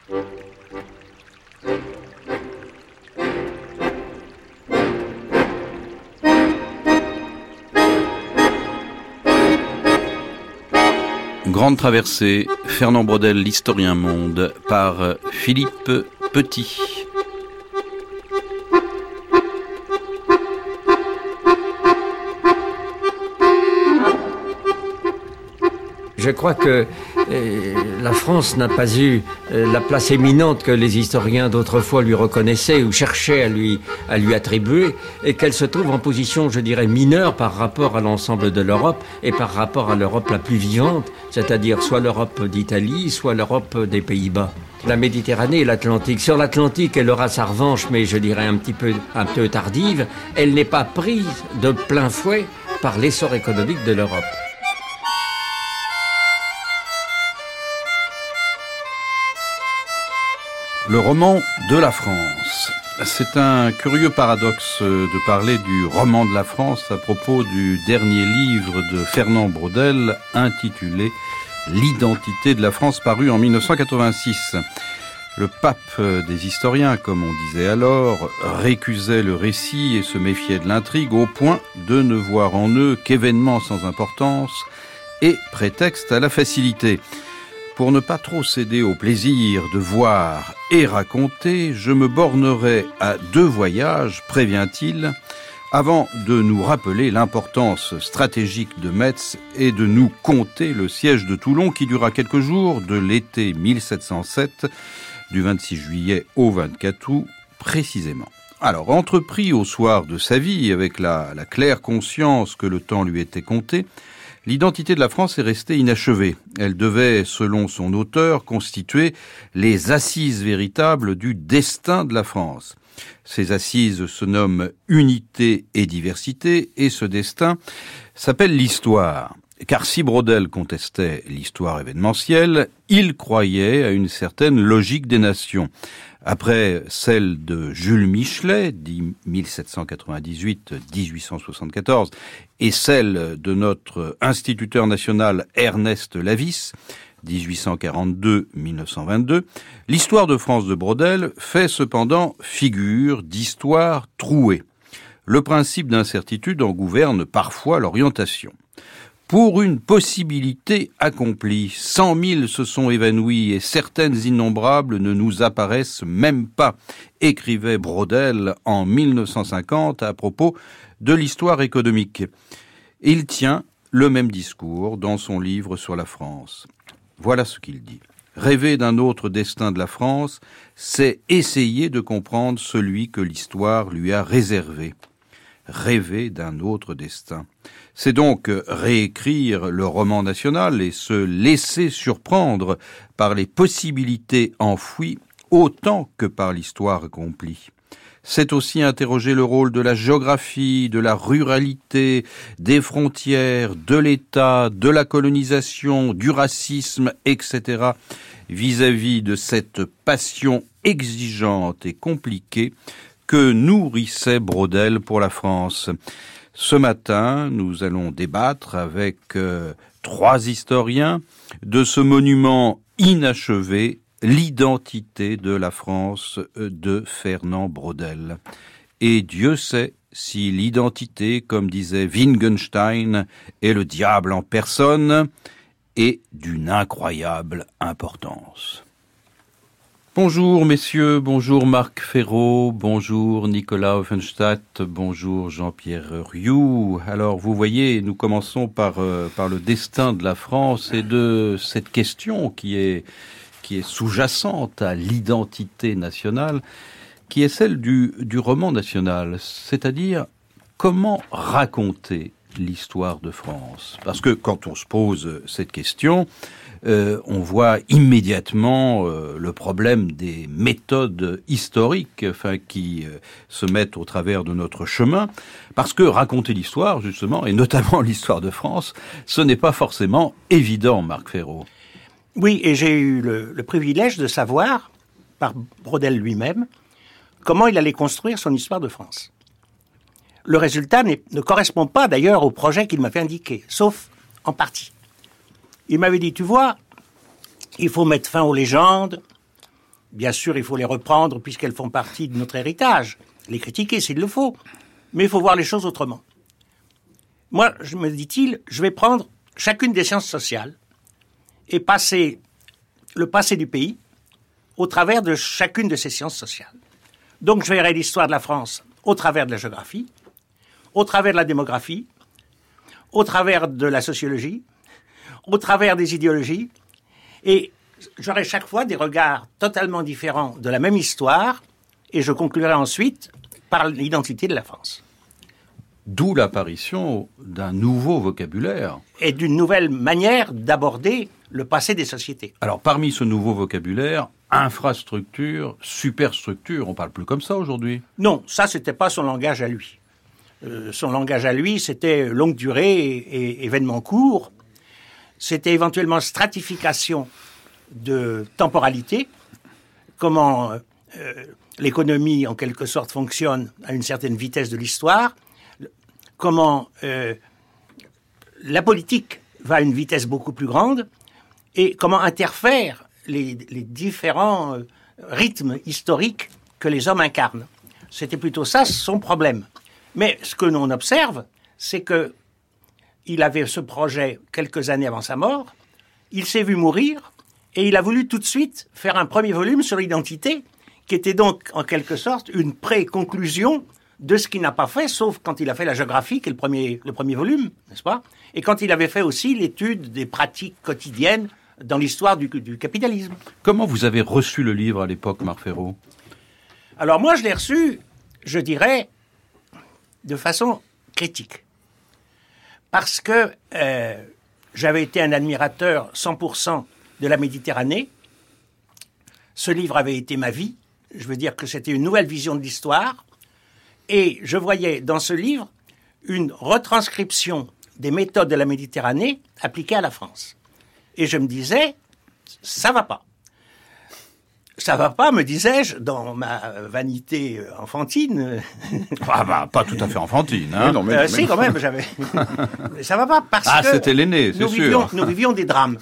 Grande traversée, Fernand Braudel, l'historien monde, par Philippe Petit. Je crois que la France n'a pas eu la place éminente que les historiens d'autrefois lui reconnaissaient ou cherchaient à lui attribuer, et qu'elle se trouve en position, je dirais, mineure par rapport à l'ensemble de l'Europe et par rapport à l'Europe la plus vivante, c'est-à-dire soit l'Europe d'Italie, soit l'Europe des Pays-Bas. La Méditerranée et l'Atlantique. Sur l'Atlantique, elle aura sa revanche, mais je dirais un peu tardive. Elle n'est pas prise de plein fouet par l'essor économique de l'Europe. Le roman de la France. C'est un curieux paradoxe de parler du roman de la France à propos du dernier livre de Fernand Braudel intitulé « L'identité de la France » paru en 1986. Le pape des historiens, comme on disait alors, récusait le récit et se méfiait de l'intrigue au point de ne voir en eux qu'événements sans importance et prétexte à la facilité. Pour ne pas trop céder au plaisir de voir et raconter, je me bornerai à 2 voyages, prévient-il, avant de nous rappeler l'importance stratégique de Metz et de nous conter le siège de Toulon qui dura quelques jours de l'été 1707, du 26 juillet au 24 août précisément. Alors, entrepris au soir de sa vie, avec la claire conscience que le temps lui était compté, l'identité de la France est restée inachevée. Elle devait, selon son auteur, constituer les assises véritables du destin de la France. Ces assises se nomment unité et diversité, et ce destin s'appelle l'histoire. Car si Braudel contestait l'histoire événementielle, il croyait à une certaine logique des nations. Après celle de Jules Michelet, dit 1798-1874, et celle de notre instituteur national Ernest Lavis, 1842-1922, l'histoire de France de Braudel fait cependant figure d'histoire trouée. Le principe d'incertitude en gouverne parfois l'orientation. Pour une possibilité accomplie, 100 000 se sont évanouis et certaines innombrables ne nous apparaissent même pas, écrivait Braudel en 1950 à propos de l'histoire économique. Il tient le même discours dans son livre sur la France. Voilà ce qu'il dit. Rêver d'un autre destin de la France, c'est essayer de comprendre celui que l'histoire lui a réservé. Rêver d'un autre destin. C'est donc réécrire le roman national et se laisser surprendre par les possibilités enfouies autant que par l'histoire accomplie. C'est aussi interroger le rôle de la géographie, de la ruralité, des frontières, de l'État, de la colonisation, du racisme, etc., vis-à-vis de cette passion exigeante et compliquée que nourrissait Braudel pour la France. Ce matin, nous allons débattre avec 3 historiens de ce monument inachevé, l'identité de la France de Fernand Braudel. Et Dieu sait si l'identité, comme disait Wittgenstein, est le diable en personne et d'une incroyable importance. Bonjour messieurs, bonjour Marc Ferraud, bonjour Nicolas Offenstadt, bonjour Jean-Pierre Rioux. Alors vous voyez, nous commençons par le destin de la France et de cette question qui est sous-jacente à l'identité nationale, qui est celle du roman national, c'est-à-dire comment raconter l'histoire de France. Parce que quand on se pose cette question, on voit immédiatement le problème des méthodes historiques qui se mettent au travers de notre chemin, parce que raconter l'histoire, justement, et notamment l'histoire de France, ce n'est pas forcément évident, Marc Ferraud. Oui, et j'ai eu le privilège de savoir, par Braudel lui-même, comment il allait construire son histoire de France. Le résultat ne correspond pas d'ailleurs au projet qu'il m'avait indiqué, sauf en partie. Il m'avait dit, tu vois, il faut mettre fin aux légendes, Bien sûr, il faut les reprendre puisqu'elles font partie de notre héritage, les critiquer s'il le faut, mais il faut voir les choses autrement. Moi, me dit-il, je vais prendre chacune des sciences sociales et passer le passé du pays au travers de chacune de ces sciences sociales. Donc, je verrai l'histoire de la France au travers de la géographie, au travers de la démographie, au travers de la sociologie, au travers des idéologies, et j'aurai chaque fois des regards totalement différents de la même histoire, et je conclurai ensuite par l'identité de la France. D'où l'apparition d'un nouveau vocabulaire. Et d'une nouvelle manière d'aborder le passé des sociétés. Alors, parmi ce nouveau vocabulaire, infrastructure, superstructure, on parle plus comme ça aujourd'hui. Non, ça, c'était pas son langage à lui. Son langage à lui, c'était longue durée et événements courts. C'était éventuellement stratification de temporalité, comment l'économie, en quelque sorte, fonctionne à une certaine vitesse de l'histoire, comment la politique va à une vitesse beaucoup plus grande, et comment interfèrent les différents rythmes historiques que les hommes incarnent. C'était plutôt ça son problème. Mais ce que l'on observe, c'est que il avait ce projet quelques années avant sa mort, il s'est vu mourir, et il a voulu tout de suite faire un premier volume sur l'identité, qui était donc en quelque sorte une pré-conclusion de ce qu'il n'a pas fait, sauf quand il a fait la géographie, qui est le premier volume, n'est-ce pas? Et quand il avait fait aussi l'étude des pratiques quotidiennes dans l'histoire du capitalisme. Comment vous avez reçu le livre à l'époque, Marc Fesneau? Alors moi, je l'ai reçu, je dirais, de façon critique. Parce que j'avais été un admirateur 100% de la Méditerranée. Ce livre avait été ma vie. Je veux dire que c'était une nouvelle vision de l'histoire. Et je voyais dans ce livre une retranscription des méthodes de la Méditerranée appliquées à la France. Et je me disais, ça va pas. Ça va pas, me disais-je, dans ma vanité enfantine. Ah bah, pas tout à fait enfantine, hein. Non, mais si, quand même, j'avais. Mais ça va pas parce que. Ah, c'était l'aîné, c'est sûr. Nous vivions des drames.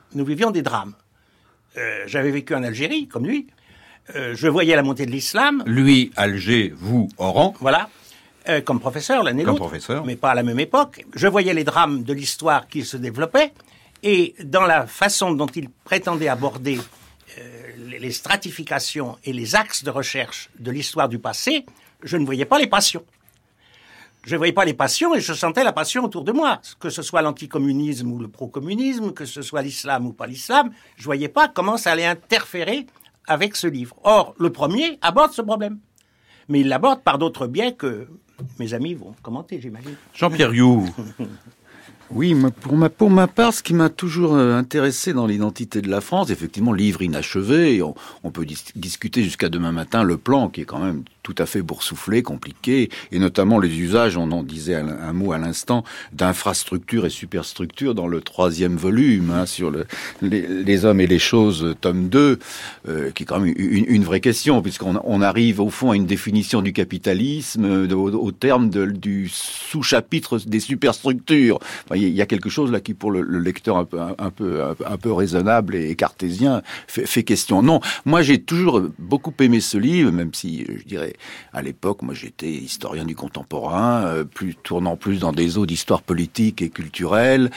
J'avais vécu en Algérie, comme lui. Je voyais la montée de l'islam. Lui, Alger, vous, Oran. Voilà. Comme professeur, l'année l'autre. Comme professeur. Mais pas à la même époque. Je voyais les drames de l'histoire qui se développaient. Et dans la façon dont il prétendait aborder les stratifications et les axes de recherche de l'histoire du passé, je ne voyais pas les passions. Je ne voyais pas les passions et je sentais la passion autour de moi. Que ce soit l'anticommunisme ou le pro-communisme, que ce soit l'islam ou pas l'islam, je ne voyais pas comment ça allait interférer avec ce livre. Or, le premier aborde ce problème. Mais il l'aborde par d'autres biais que mes amis vont commenter, j'imagine. Jean-Pierre You. Oui, pour ma part, ce qui m'a toujours intéressé dans l'identité de la France, effectivement, livre inachevé, on peut discuter jusqu'à demain matin le plan qui est quand même tout à fait boursouflé, compliqué, et notamment les usages, on en disait un mot à l'instant, d'infrastructure et superstructure dans le 3e volume, hein, sur les hommes et les choses, tome 2, qui est quand même une vraie question, puisqu'on arrive au fond à une définition du capitalisme au terme du sous-chapitre des superstructures. Enfin, il y a quelque chose là qui, pour le lecteur un peu raisonnable et cartésien, fait question. Non, moi j'ai toujours beaucoup aimé ce livre, même si, je dirais, à l'époque, moi j'étais historien du contemporain, tournant plus dans des eaux d'histoire politique et culturelle,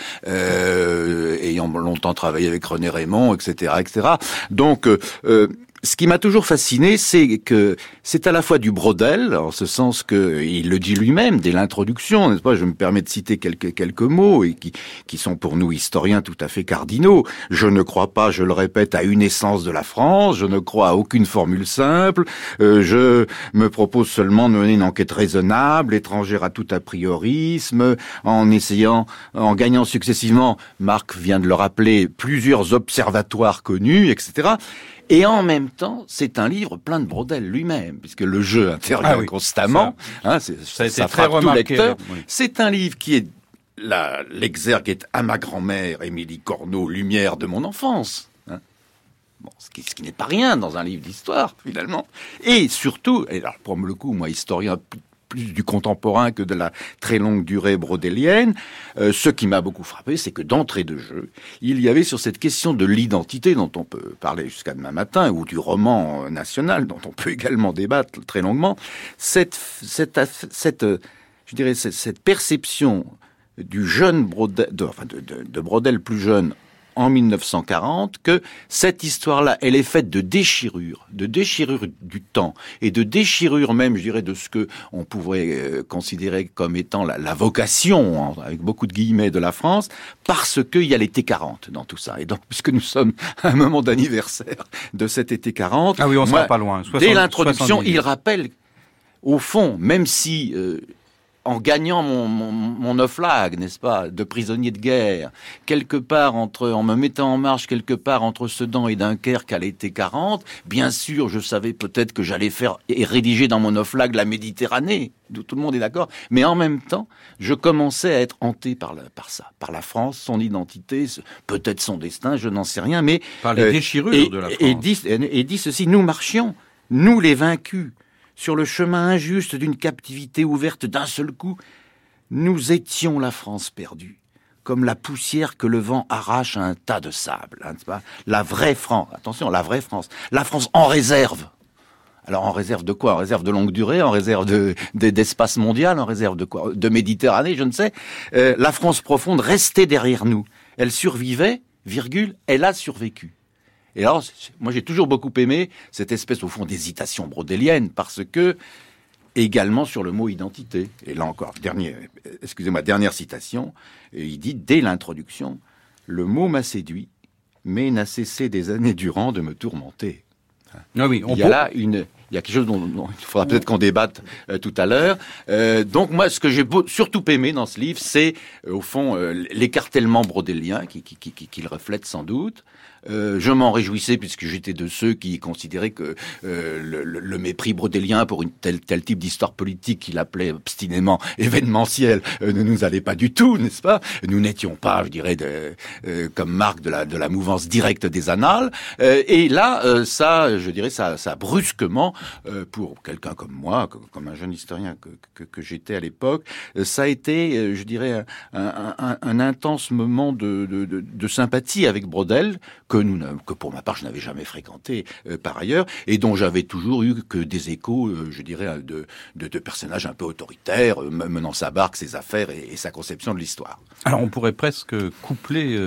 ayant longtemps travaillé avec René Raymond, etc., etc. Donc, ce qui m'a toujours fasciné, c'est que c'est à la fois du Braudel, en ce sens que il le dit lui-même dès l'introduction, n'est-ce pas? Je me permets de citer quelques mots et qui sont pour nous historiens tout à fait cardinaux. Je ne crois pas, je le répète, à une essence de la France. Je ne crois à aucune formule simple. Je me propose seulement de mener une enquête raisonnable, étrangère à tout a priorisme, en gagnant successivement, Marc vient de le rappeler, plusieurs observatoires connus, etc. Et en même temps, c'est un livre plein de Braudel lui-même, puisque le jeu intervient constamment. Ça a été très remarqué. Oui. C'est un livre qui est l'exergue est à ma grand-mère, Émilie Corneau, lumière de mon enfance. Hein, bon, ce qui n'est pas rien dans un livre d'histoire, finalement. Et surtout, et alors pour le coup, moi, historien plus du contemporain que de la très longue durée brodélienne. Ce qui m'a beaucoup frappé, c'est que d'entrée de jeu, il y avait sur cette question de l'identité dont on peut parler jusqu'à demain matin, ou du roman national dont on peut également débattre très longuement, cette perception du jeune Brodel, de Brodel plus jeune en 1940, que cette histoire-là, elle est faite de déchirure du temps, et de déchirure même, je dirais, de ce que on pourrait considérer comme étant la vocation, avec beaucoup de guillemets, de la France, parce qu'il y a l'été 40 dans tout ça. Et donc, puisque nous sommes à un moment d'anniversaire de cet été 40... Ah oui, on sera pas loin. Dès l'introduction, il rappelle, au fond, même si... en gagnant mon oflag, n'est-ce pas, de prisonnier de guerre, quelque part en me mettant en marche quelque part entre Sedan et Dunkerque à l'été 40, bien sûr, je savais peut-être que j'allais faire et rédiger dans mon oflag la Méditerranée, d'où tout le monde est d'accord, mais en même temps, je commençais à être hanté par la France, son identité, peut-être son destin, je n'en sais rien, mais... Par les déchirures de la France. Et dit ceci, nous marchions, nous les vaincus, sur le chemin injuste d'une captivité ouverte d'un seul coup, nous étions la France perdue, comme la poussière que le vent arrache à un tas de sable. Hein, la vraie France, attention, la vraie France, la France en réserve. Alors en réserve de quoi? En réserve de longue durée, en réserve d'espace mondial, en réserve de quoi? De Méditerranée, je ne sais. La France profonde restait derrière nous. Elle survivait, elle a survécu. Et alors, moi j'ai toujours beaucoup aimé cette espèce, au fond, d'hésitation brodélienne, parce que, également sur le mot identité, et là encore, dernière citation, il dit, dès l'introduction, le mot m'a séduit, mais n'a cessé des années durant de me tourmenter. Ah oui, il y a quelque chose dont il faudra peut-être qu'on débatte tout à l'heure. Donc moi, ce que j'ai surtout aimé dans ce livre, c'est au fond l'écartèlement brodélien qui le reflète sans doute. Je m'en réjouissais puisque j'étais de ceux qui considéraient que le mépris brodélien pour une tel type d'histoire politique qu'il appelait obstinément événementielle ne nous allait pas du tout, n'est-ce pas? Nous n'étions pas, je dirais, comme marque de la mouvance directe des annales. Et là, ça brusquement, pour quelqu'un comme moi, comme un jeune historien que j'étais à l'époque, ça a été, je dirais, un intense moment de sympathie avec Brodel, que pour ma part je n'avais jamais fréquenté par ailleurs, et dont j'avais toujours eu que des échos, je dirais, de personnages un peu autoritaires, menant sa barque, ses affaires et sa conception de l'histoire. Alors on pourrait presque coupler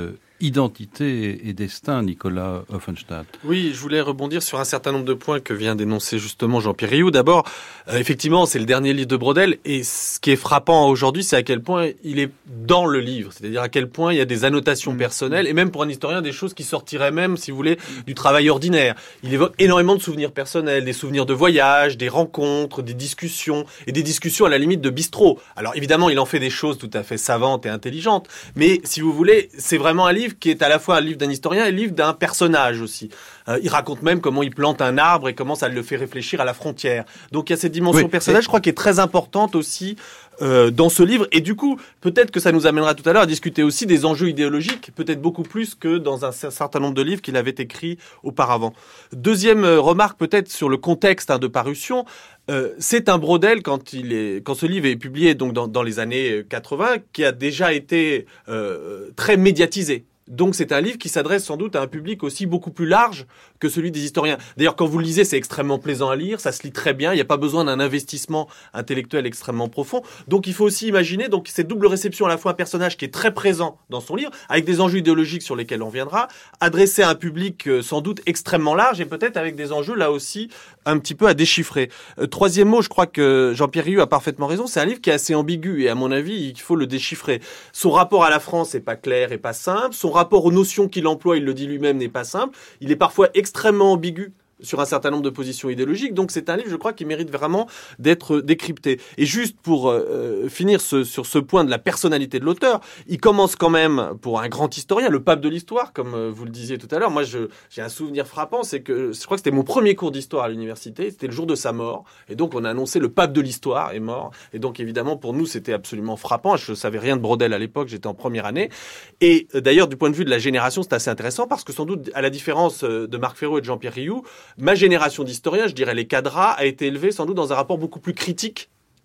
identité et destin, Nicolas Offenstadt. Oui, je voulais rebondir sur un certain nombre de points que vient d'énoncer justement Jean-Pierre Rioux. D'abord, effectivement, c'est le dernier livre de Brodel, et ce qui est frappant aujourd'hui, c'est à quel point il est dans le livre, c'est-à-dire à quel point il y a des annotations personnelles, et même pour un historien, des choses qui sortiraient même, si vous voulez, du travail ordinaire. Il évoque énormément de souvenirs personnels, des souvenirs de voyage, des rencontres, des discussions, et des discussions à la limite de bistrot. Alors évidemment, il en fait des choses tout à fait savantes et intelligentes, mais si vous voulez, c'est vraiment un livre qui est à la fois un livre d'un historien et un livre d'un personnage aussi. Il raconte même comment il plante un arbre et comment ça le fait réfléchir à la frontière. Donc il y a cette dimension personnelle, je crois, qui est très importante aussi dans ce livre. Et du coup, peut-être que ça nous amènera tout à l'heure à discuter aussi des enjeux idéologiques, peut-être beaucoup plus que dans un certain nombre de livres qu'il avait écrits auparavant. Deuxième remarque, peut-être sur le contexte de parution. C'est un Brodel, quand ce livre est publié donc dans les années 80, qui a déjà été très médiatisé. Donc c'est un livre qui s'adresse sans doute à un public aussi beaucoup plus large que celui des historiens. D'ailleurs, quand vous le lisez, c'est extrêmement plaisant à lire, ça se lit très bien, il n'y a pas besoin d'un investissement intellectuel extrêmement profond. Donc il faut aussi imaginer donc cette double réception, à la fois un personnage qui est très présent dans son livre, avec des enjeux idéologiques sur lesquels on viendra, adressé à un public sans doute extrêmement large et peut-être avec des enjeux là aussi un petit peu à déchiffrer. Troisième mot, je crois que Jean-Pierre Rioux a parfaitement raison, c'est un livre qui est assez ambigu et à mon avis, il faut le déchiffrer. Son rapport à la France n'est pas clair et pas simple, son rapport aux notions qu'il emploie, il le dit lui-même, n'est pas simple, il est parfois extrêmement ambigu sur un certain nombre de positions idéologiques. Donc c'est un livre, je crois, qui mérite vraiment d'être décrypté. Et juste pour finir sur ce point de la personnalité de l'auteur, il commence quand même, pour un grand historien, le pape de l'histoire, comme vous le disiez tout à l'heure. Moi, j'ai un souvenir frappant, c'est que je crois que c'était mon premier cours d'histoire à l'université, c'était le jour de sa mort. Et donc on a annoncé le pape de l'histoire est mort. Et donc évidemment, pour nous, c'était absolument frappant. Je savais rien de Brodel à l'époque, j'étais en première année. Et d'ailleurs, du point de vue de la génération, c'est assez intéressant parce que sans doute, à la différence de Marc Ferraud et de Jean-Pierre Rioux, ma génération d'historiens, je dirais les cadras, a été élevée sans doute dans un rapport beaucoup plus critique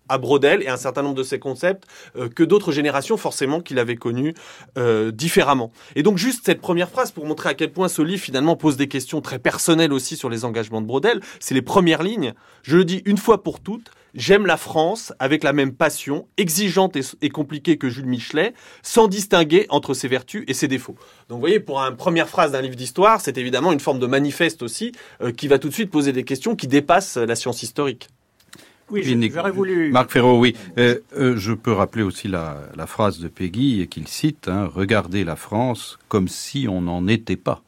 à Braudel et un certain nombre de ses concepts que d'autres générations forcément qu'il avait connus différemment. Et donc juste cette première phrase pour montrer à quel point ce livre finalement pose des questions très personnelles aussi sur les engagements de Braudel, c'est les premières lignes. Je le dis une fois pour toutes, j'aime la France avec la même passion, exigeante et compliquée que Jules Michelet, sans distinguer entre ses vertus et ses défauts. Donc vous voyez, pour une première phrase d'un livre d'histoire, c'est évidemment une forme de manifeste aussi, qui va tout de suite poser des questions qui dépassent la science historique. Oui, j'aurais voulu... Marc Ferraud, oui. Je peux rappeler aussi la phrase de Péguy qu'il cite, regardez la France comme si on n'en était pas.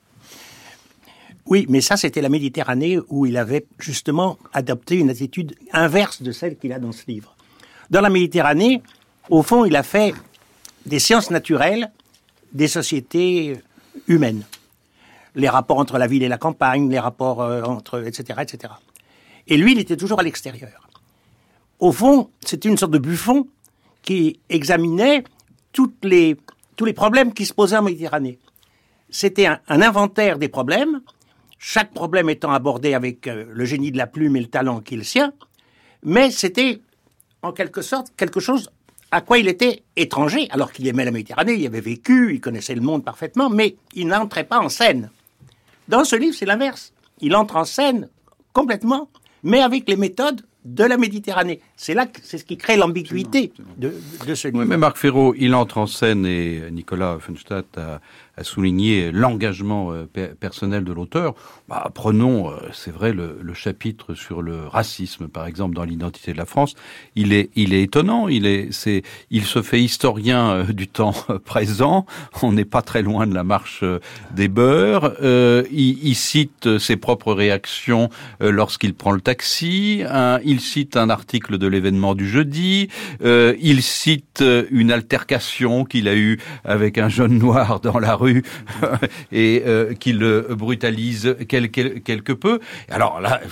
Oui, mais ça, c'était la Méditerranée où il avait justement adopté une attitude inverse de celle qu'il a dans ce livre. Dans la Méditerranée, au fond, il a fait des sciences naturelles, des sociétés humaines. Les rapports entre la ville et la campagne, les rapports entre... etc., etc. Et lui, il était toujours à l'extérieur. Au fond, c'était une sorte de Buffon qui examinait tous les problèmes qui se posaient en Méditerranée. C'était un inventaire des problèmes, chaque problème étant abordé avec le génie de la plume et le talent qui est le sien, mais c'était en quelque sorte quelque chose à quoi il était étranger, alors qu'il aimait la Méditerranée, il y avait vécu, il connaissait le monde parfaitement, mais il n'entrait pas en scène. Dans ce livre, c'est l'inverse. Il entre en scène complètement, mais avec les méthodes de la Méditerranée. C'est ce qui crée l'ambiguïté de ce livre. Oui, mais Marc Ferraud, il entre en scène et Nicolas Offenstadt a souligné l'engagement personnel de l'auteur. Prenons, c'est vrai, le chapitre sur le racisme, par exemple, dans l'identité de la France. Il est étonnant. Il se fait historien du temps présent. On n'est pas très loin de la marche des beurs. Il cite ses propres réactions lorsqu'il prend le taxi. Il cite un article de l'événement du jeudi. Il cite une altercation qu'il a eue avec un jeune noir dans la rue et qui le brutalise quelque peu. Alors là,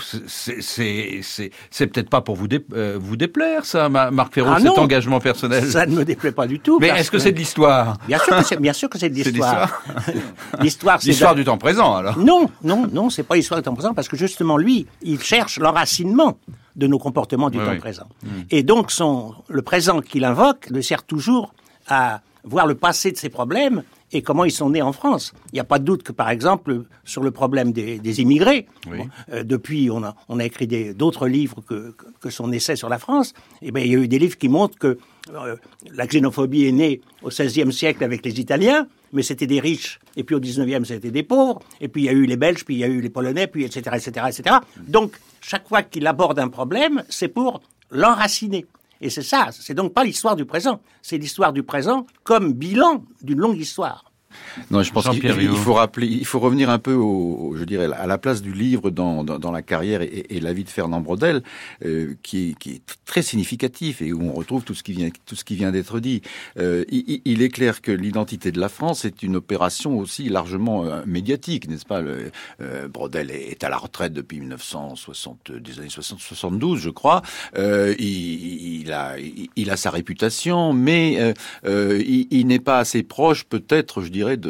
c'est peut-être pas pour vous déplaire, ça, Marc Ferraud, cet engagement personnel. Ça ne me déplaît pas du tout. Mais est-ce que c'est de l'histoire ? Bien sûr que c'est de l'histoire. L'histoire, c'est l'histoire du temps présent, alors. Non, c'est pas l'histoire du temps présent, parce que justement, lui, il cherche l'enracinement de nos comportements du temps présent. Et donc, le présent qu'il invoque le sert toujours à voir le passé de ses problèmes et comment ils sont nés en France. Il n'y a pas de doute que, par exemple, sur le problème des immigrés, depuis, on a écrit d'autres livres que son essai sur la France, et bien, il y a eu des livres qui montrent que la xénophobie est née au XVIe siècle avec les Italiens, mais c'était des riches, et puis au XIXe, c'était des pauvres, et puis il y a eu les Belges, puis il y a eu les Polonais, puis etc., etc., etc. Donc, chaque fois qu'il aborde un problème, c'est pour l'enraciner. Et c'est ça, c'est donc pas l'histoire du présent, c'est l'histoire du présent comme bilan d'une longue histoire. Non, je pense qu'il faut revenir un peu je dirais, à la place du livre dans la carrière et la vie de Fernand Braudel, qui est très significatif et où on retrouve tout ce qui vient d'être dit. Il est clair que l'identité de la France est une opération aussi largement médiatique, n'est-ce pas? Braudel est à la retraite depuis des années 60-72, je crois. Il a sa réputation, mais il n'est pas assez proche, peut-être, je dirais,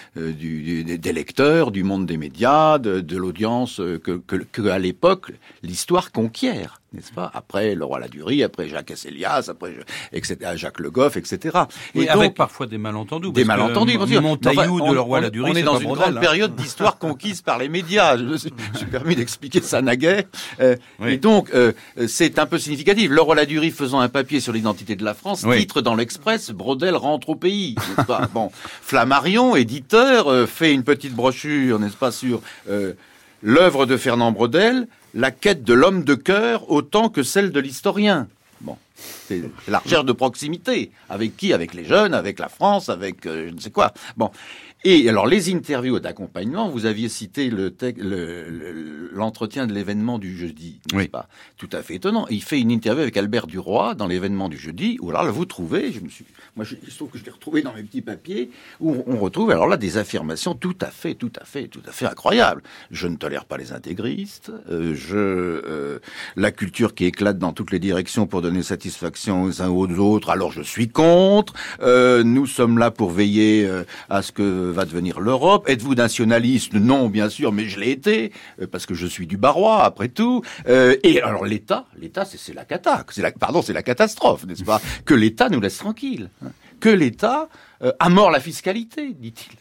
des lecteurs, du monde des médias, de l'audience que à l'époque l'histoire conquiert, n'est-ce pas? Après le roi Ladurie, après Jacques Asselias, après Jacques Le Goff, etc. Et donc, avec parfois des malentendus. Bien sûr. Montaillou de le roi Ladurie, on est dans une grande période d'histoire conquise par les médias. Je me suis permis d'expliquer ça naguère. Et donc, c'est un peu significatif. Le roi Ladurie faisant un papier sur l'identité de la France, titre dans l'Express, Braudel rentre au pays, n'est-ce pas? Bon, Flammarion, éditeur, fait une petite brochure, n'est-ce pas, sur l'œuvre de Fernand Braudel, la quête de l'homme de cœur autant que celle de l'historien. Bon, c'est la recherche de proximité. Avec qui? Avec les jeunes, avec la France, avec je ne sais quoi. Bon. Et alors, les interviews d'accompagnement, vous aviez cité l'entretien de l'événement du jeudi, n'est-ce pas? Tout à fait étonnant. Il fait une interview avec Albert Duroy dans l'événement du jeudi, où alors là, vous trouvez, il se trouve que je l'ai retrouvé dans mes petits papiers, où on retrouve alors là des affirmations tout à fait incroyables. Je ne tolère pas les intégristes, la culture qui éclate dans toutes les directions pour donner satisfaction satisfaction aux uns aux autres, alors je suis contre. Nous sommes là pour veiller à ce que va devenir l'Europe. Êtes-vous nationaliste? Non, bien sûr, mais je l'ai été, parce que je suis du Barrois, après tout. Et alors l'État, c'est la cata, c'est la catastrophe, n'est-ce pas? Que l'État nous laisse tranquille. Que l'État amorce la fiscalité, dit-il.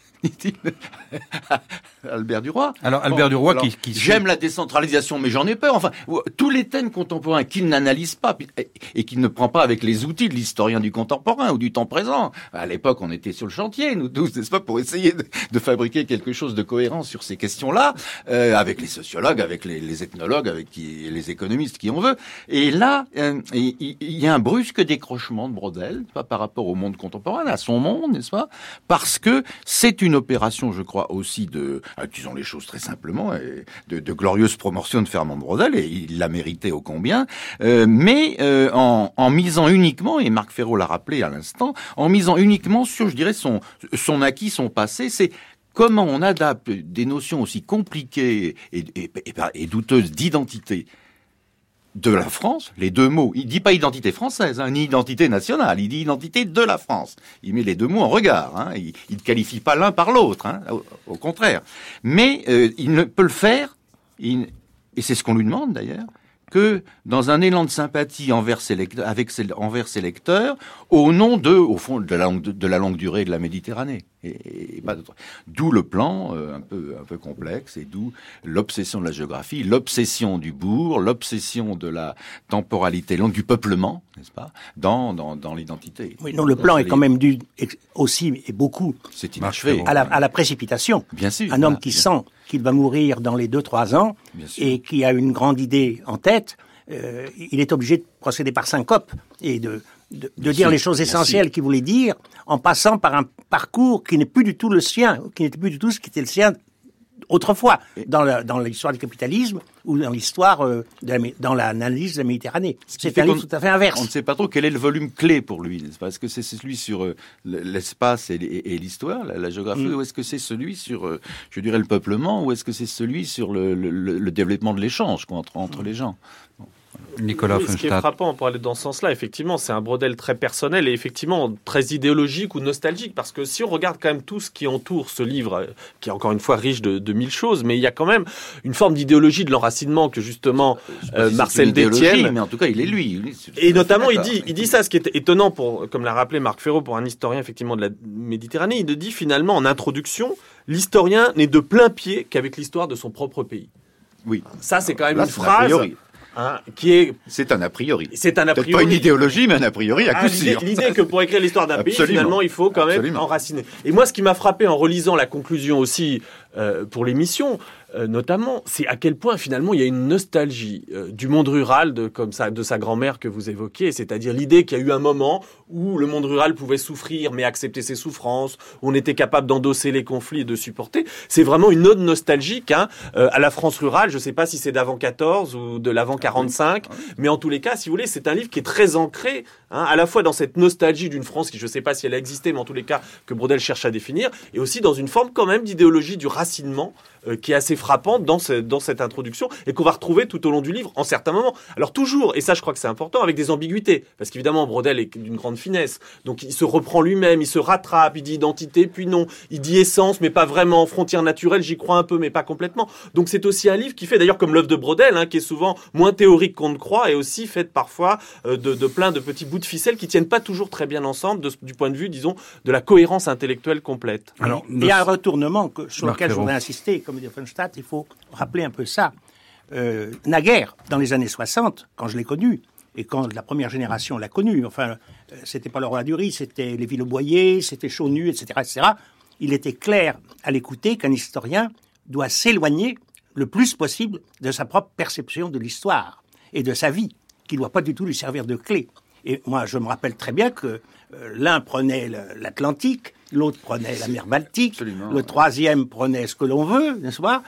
Albert Duroy. Alors Albert Duroy qui j'aime la décentralisation, mais j'en ai peur. Enfin, tous les thèmes contemporains qu'il n'analyse pas et qu'il ne prend pas avec les outils de l'historien du contemporain ou du temps présent. À l'époque, on était sur le chantier, nous tous, n'est-ce pas, pour essayer de fabriquer quelque chose de cohérent sur ces questions-là, avec les sociologues, avec les ethnologues, avec les économistes, qui on veut. Et là, il y a un brusque décrochement de Braudel, pas par rapport au monde contemporain, à son monde, n'est-ce pas, parce que c'est une opération, je crois, aussi disons les choses très simplement, de glorieuse promotion de Fernand Braudel, et il l'a mérité ô combien, mais en misant uniquement, et Marc Ferraud l'a rappelé à l'instant, en misant uniquement sur, je dirais, son acquis, son passé, c'est comment on adapte des notions aussi compliquées et douteuses d'identité de la France, les deux mots. Il dit pas identité française, ni identité nationale. Il dit identité de la France. Il met les deux mots en regard. Il ne qualifie pas l'un par l'autre. Au contraire. Mais il ne peut le faire, et c'est ce qu'on lui demande d'ailleurs, que dans un élan de sympathie envers ses lecteurs, au nom au fond, de la longue durée de la Méditerranée. Et pas d'autre. D'où le plan un peu complexe, et d'où l'obsession de la géographie, l'obsession du bourg, l'obsession de la temporalité longue, du peuplement, n'est-ce pas, dans l'identité. Oui, non, le plan est quand même dû aussi et beaucoup c'est inachevé. à la précipitation. Bien sûr. Un homme qui sent qu'il va mourir dans les 2-3 ans et qui a une grande idée en tête, il est obligé de procéder par syncope et de dire les choses essentielles qu'il voulait dire, en passant par un parcours qui n'est plus du tout le sien, qui n'était plus du tout ce qui était le sien autrefois, dans l'histoire du capitalisme ou dans l'histoire, dans l'analyse de la Méditerranée. C'est un livre tout à fait inverse. On ne sait pas trop quel est le volume clé pour lui, n'est-ce pas? Est-ce que c'est celui sur l'espace et l'histoire, la géographie, ou est-ce que c'est celui sur, je dirais, le peuplement, ou est-ce que c'est celui sur le développement de l'échange entre les gens? Nicolas Ce qui est frappant pour aller dans ce sens-là, effectivement, c'est un Braudel très personnel et effectivement très idéologique ou nostalgique, parce que si on regarde quand même tout ce qui entoure ce livre, qui est encore une fois riche de mille choses, mais il y a quand même une forme d'idéologie de l'enracinement que justement Marcel Détienne, mais en tout cas il est lui. Et notamment il dit ça, ce qui est étonnant comme l'a rappelé Marc Ferraud, pour un historien effectivement de la Méditerranée, il dit finalement en introduction, l'historien n'est de plein pied qu'avec l'histoire de son propre pays. Oui. Ça c'est quand même une phrase. C'est un a priori. C'est un a priori. Peut-être pas une idéologie, mais un a priori à coup sûr. L'idée que pour écrire l'histoire d'un pays, finalement, il faut quand même enraciner. Et moi, ce qui m'a frappé en relisant la conclusion aussi pour l'émission, notamment, c'est à quel point finalement il y a une nostalgie du monde rural de sa grand-mère que vous évoquez, c'est-à-dire l'idée qu'il y a eu un moment où le monde rural pouvait souffrir mais accepter ses souffrances, où on était capable d'endosser les conflits et de supporter. C'est vraiment une ode nostalgique à la France rurale. Je ne sais pas si c'est d'avant 14 ou de l'avant 45, mais en tous les cas, si vous voulez, c'est un livre qui est très ancré, à la fois dans cette nostalgie d'une France qui, je ne sais pas si elle a existé, mais en tous les cas que Braudel cherche à définir, et aussi dans une forme quand même d'idéologie du racinement qui est assez frappante dans cette introduction et qu'on va retrouver tout au long du livre en certains moments. Alors toujours, et ça je crois que c'est important, avec des ambiguïtés, parce qu'évidemment Braudel est d'une grande finesse, donc il se reprend lui-même, il se rattrape, il dit identité, puis non, il dit essence, mais pas vraiment, frontière naturelle, j'y crois un peu, mais pas complètement. Donc c'est aussi un livre qui fait, d'ailleurs comme l'œuvre de Braudel, qui est souvent moins théorique qu'on ne croit, et aussi faite parfois de plein de petits bouts de ficelle qui tiennent pas toujours très bien ensemble du point de vue, disons, de la cohérence intellectuelle complète. Alors, il y a un retournement sur lequel je voudrais insister, comme dit Offenstadt, il faut rappeler un peu ça. Naguère, dans les années 60, quand je l'ai connu, et quand la première génération l'a connu, enfin, c'était pas le roi du riz, c'était les Villeboyer, c'était Chaunu, etc., etc., il était clair à l'écouter qu'un historien doit s'éloigner le plus possible de sa propre perception de l'histoire et de sa vie, qui ne doit pas du tout lui servir de clé. Et moi, je me rappelle très bien que l'un prenait l'Atlantique, l'autre prenait la mer Baltique, absolument, le troisième prenait ce que l'on veut, n'est-ce pas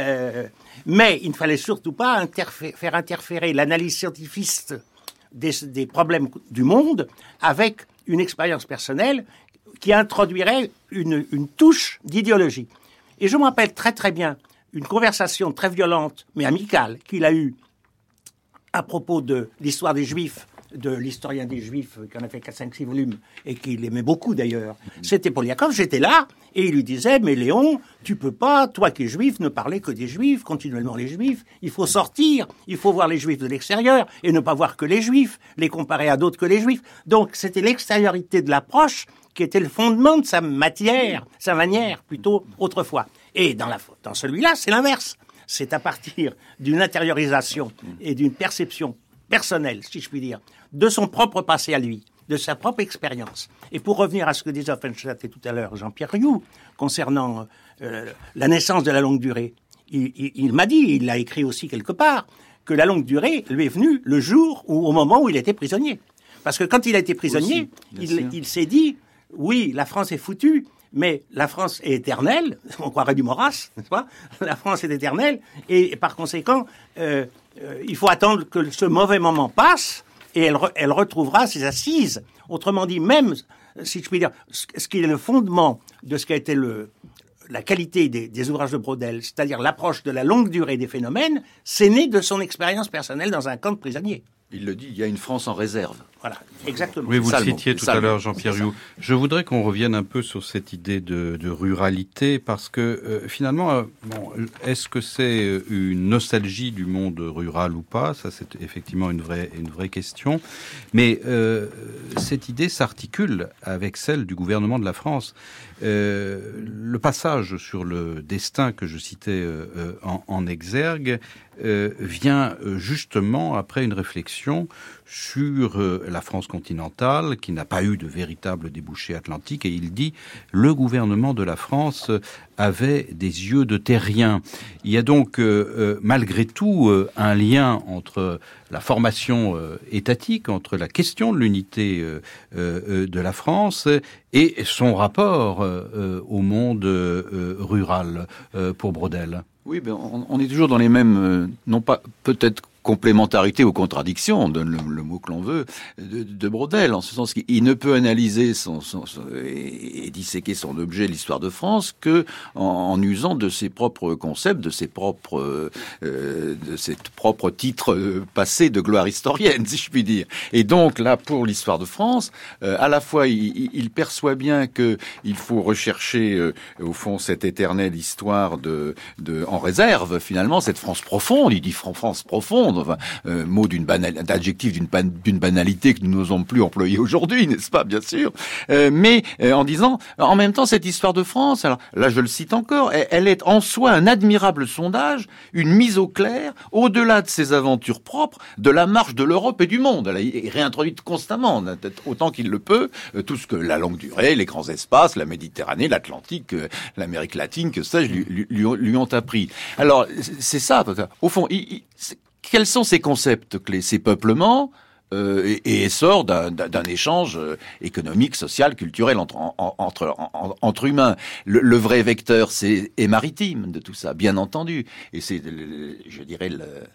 mais il ne fallait surtout pas faire interférer l'analyse scientifique des problèmes du monde avec une expérience personnelle qui introduirait une touche d'idéologie. Et je me rappelle très très bien une conversation très violente, mais amicale, qu'il a eue à propos de l'histoire des Juifs de l'historien des Juifs, qui en a fait 5-6 volumes, et qu'il aimait beaucoup d'ailleurs, c'était Poliakov. J'étais là, et il lui disait, mais Léon, tu peux pas, toi qui es juif, ne parler que des Juifs, continuellement les Juifs, il faut sortir, il faut voir les Juifs de l'extérieur, et ne pas voir que les Juifs, les comparer à d'autres que les Juifs. Donc c'était l'extériorité de l'approche qui était le fondement de sa manière, plutôt autrefois. Et dans celui-là, c'est l'inverse. C'est à partir d'une intériorisation et d'une perception personnelle, si je puis dire, de son propre passé à lui, de sa propre expérience. Et pour revenir à ce que disait Offenstadt tout à l'heure, Jean-Pierre Rioux, concernant la naissance de la longue durée, il m'a dit, il l'a écrit aussi quelque part, que la longue durée lui est venue le jour ou au moment où il était prisonnier. Parce que quand il a été prisonnier, il s'est dit, oui, la France est foutue, mais la France est éternelle, on croirait du Maurras, n'est-ce pas? La France est éternelle, et par conséquent, il faut attendre que ce mauvais moment passe, et elle retrouvera ses assises. Autrement dit, même, si je puis dire, ce qui est le fondement de ce qui a été la qualité des ouvrages de Braudel, c'est-à-dire l'approche de la longue durée des phénomènes, c'est né de son expérience personnelle dans un camp de prisonniers. Il le dit, il y a une France en réserve. Voilà, exactement. Oui, vous le citiez tout à l'heure, Jean-Pierre Rioux. Je voudrais qu'on revienne un peu sur cette idée de ruralité, parce que finalement, est-ce que c'est une nostalgie du monde rural ou pas? Ça, c'est effectivement une vraie question. Mais cette idée s'articule avec celle du gouvernement de la France. Le passage sur le destin que je citais en exergue vient justement après une réflexion sur la France continentale, qui n'a pas eu de véritable débouché atlantique, et il dit « le gouvernement de la France avait des yeux de terrien ». Il y a donc malgré tout un lien entre la formation étatique, entre la question de l'unité de la France et son rapport au monde rural pour Braudel. Oui, ben on est toujours dans les mêmes, non pas peut-être complémentarité ou contradiction, on donne le mot que l'on veut, de Braudel, en ce sens qu'il ne peut analyser et disséquer son objet, l'histoire de France, que en usant de ses propres concepts, de ses propres titres passés de gloire historienne, si je puis dire. Et donc là, pour l'histoire de France, à la fois il perçoit bien que il faut rechercher au fond cette éternelle histoire en réserve, finalement, cette France profonde. Il dit France profonde. Enfin, mot d'adjectif d'une banalité que nous n'osons plus employer aujourd'hui, n'est-ce pas, bien sûr, mais en disant, en même temps, cette histoire de France, alors là je le cite encore, elle est en soi un admirable sondage, une mise au clair, au-delà de ses aventures propres, de la marche de l'Europe et du monde. Elle est réintroduite constamment, autant qu'il le peut, tout ce que la longue durée, les grands espaces, la Méditerranée, l'Atlantique, l'Amérique latine, que ça, lui ont appris. Alors, c'est ça, au fond, quels sont ces concepts clés, ces peuplements et essor d'un échange économique, social, culturel entre humains. Le vrai vecteur, est maritime de tout ça, bien entendu. Et c'est, je dirais,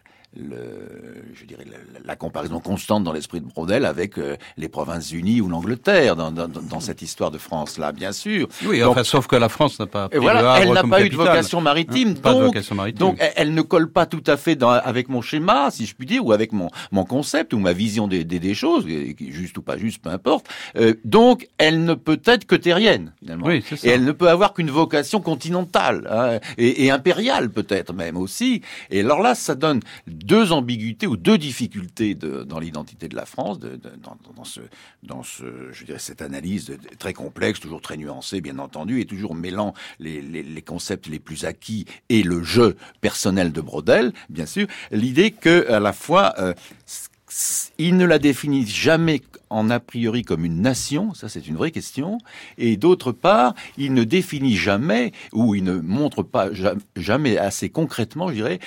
la comparaison constante dans l'esprit de Braudel avec les Provinces-Unies ou l'Angleterre dans cette histoire de France là, bien sûr. Oui, donc, enfin, sauf que la France n'a pas. Elle n'a pas eu de vocation maritime, donc elle ne colle pas tout à fait avec mon schéma, si je puis dire, ou avec mon concept ou ma vision des choses, juste ou pas juste, peu importe. Donc, elle ne peut être que terrienne finalement. Oui, c'est ça. Et elle ne peut avoir qu'une vocation continentale et impériale peut-être même aussi. Et alors là, ça donne deux ambiguïtés ou deux difficultés dans l'identité de la France, dans je dirais, cette analyse très complexe, toujours très nuancée, bien entendu, et toujours mêlant les concepts les plus acquis et le jeu personnel de Braudel, bien sûr. L'idée que, à la fois, il ne la définit jamais en a priori comme une nation, ça c'est une vraie question, et d'autre part, il ne définit jamais, ou il ne montre pas jamais assez concrètement, je dirais,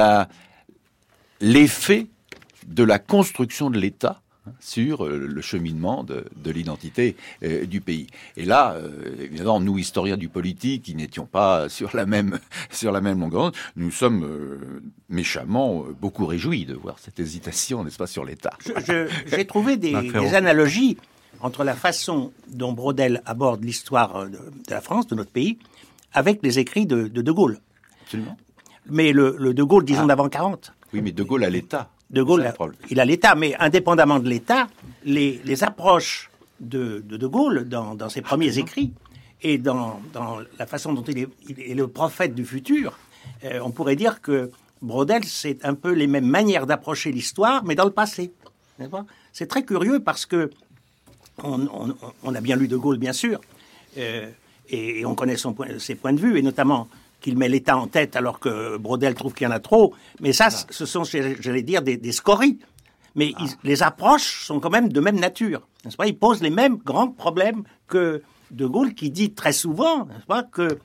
l'effet de la construction de l'État sur le cheminement de l'identité du pays. Et là, évidemment, nous, historiens du politique, qui n'étions pas sur la même longueur d'onde, nous sommes méchamment beaucoup réjouis de voir cette hésitation, n'est-ce pas, sur l'État. J'ai trouvé des analogies entre la façon dont Braudel aborde l'histoire de la France, de notre pays, avec les écrits de Gaulle. Absolument. Mais le De Gaulle, disons, d'avant 40. Oui, mais De Gaulle à l'État. De Gaulle, il a l'État, mais indépendamment de l'État, les approches de Gaulle dans ses premiers écrits et dans la façon dont il est le prophète du futur, on pourrait dire que Braudel, c'est un peu les mêmes manières d'approcher l'histoire, mais dans le passé. C'est très curieux parce que on a bien lu de Gaulle, bien sûr, et on connaît ses points de vue, et notamment qu'il met l'État en tête alors que Braudel trouve qu'il y en a trop. Mais ça, ce sont, j'allais dire, des scories. Mais les approches sont quand même de même nature. N'est-ce pas ? Ils posent les mêmes grands problèmes que de Gaulle, qui dit très souvent, n'est-ce pas, que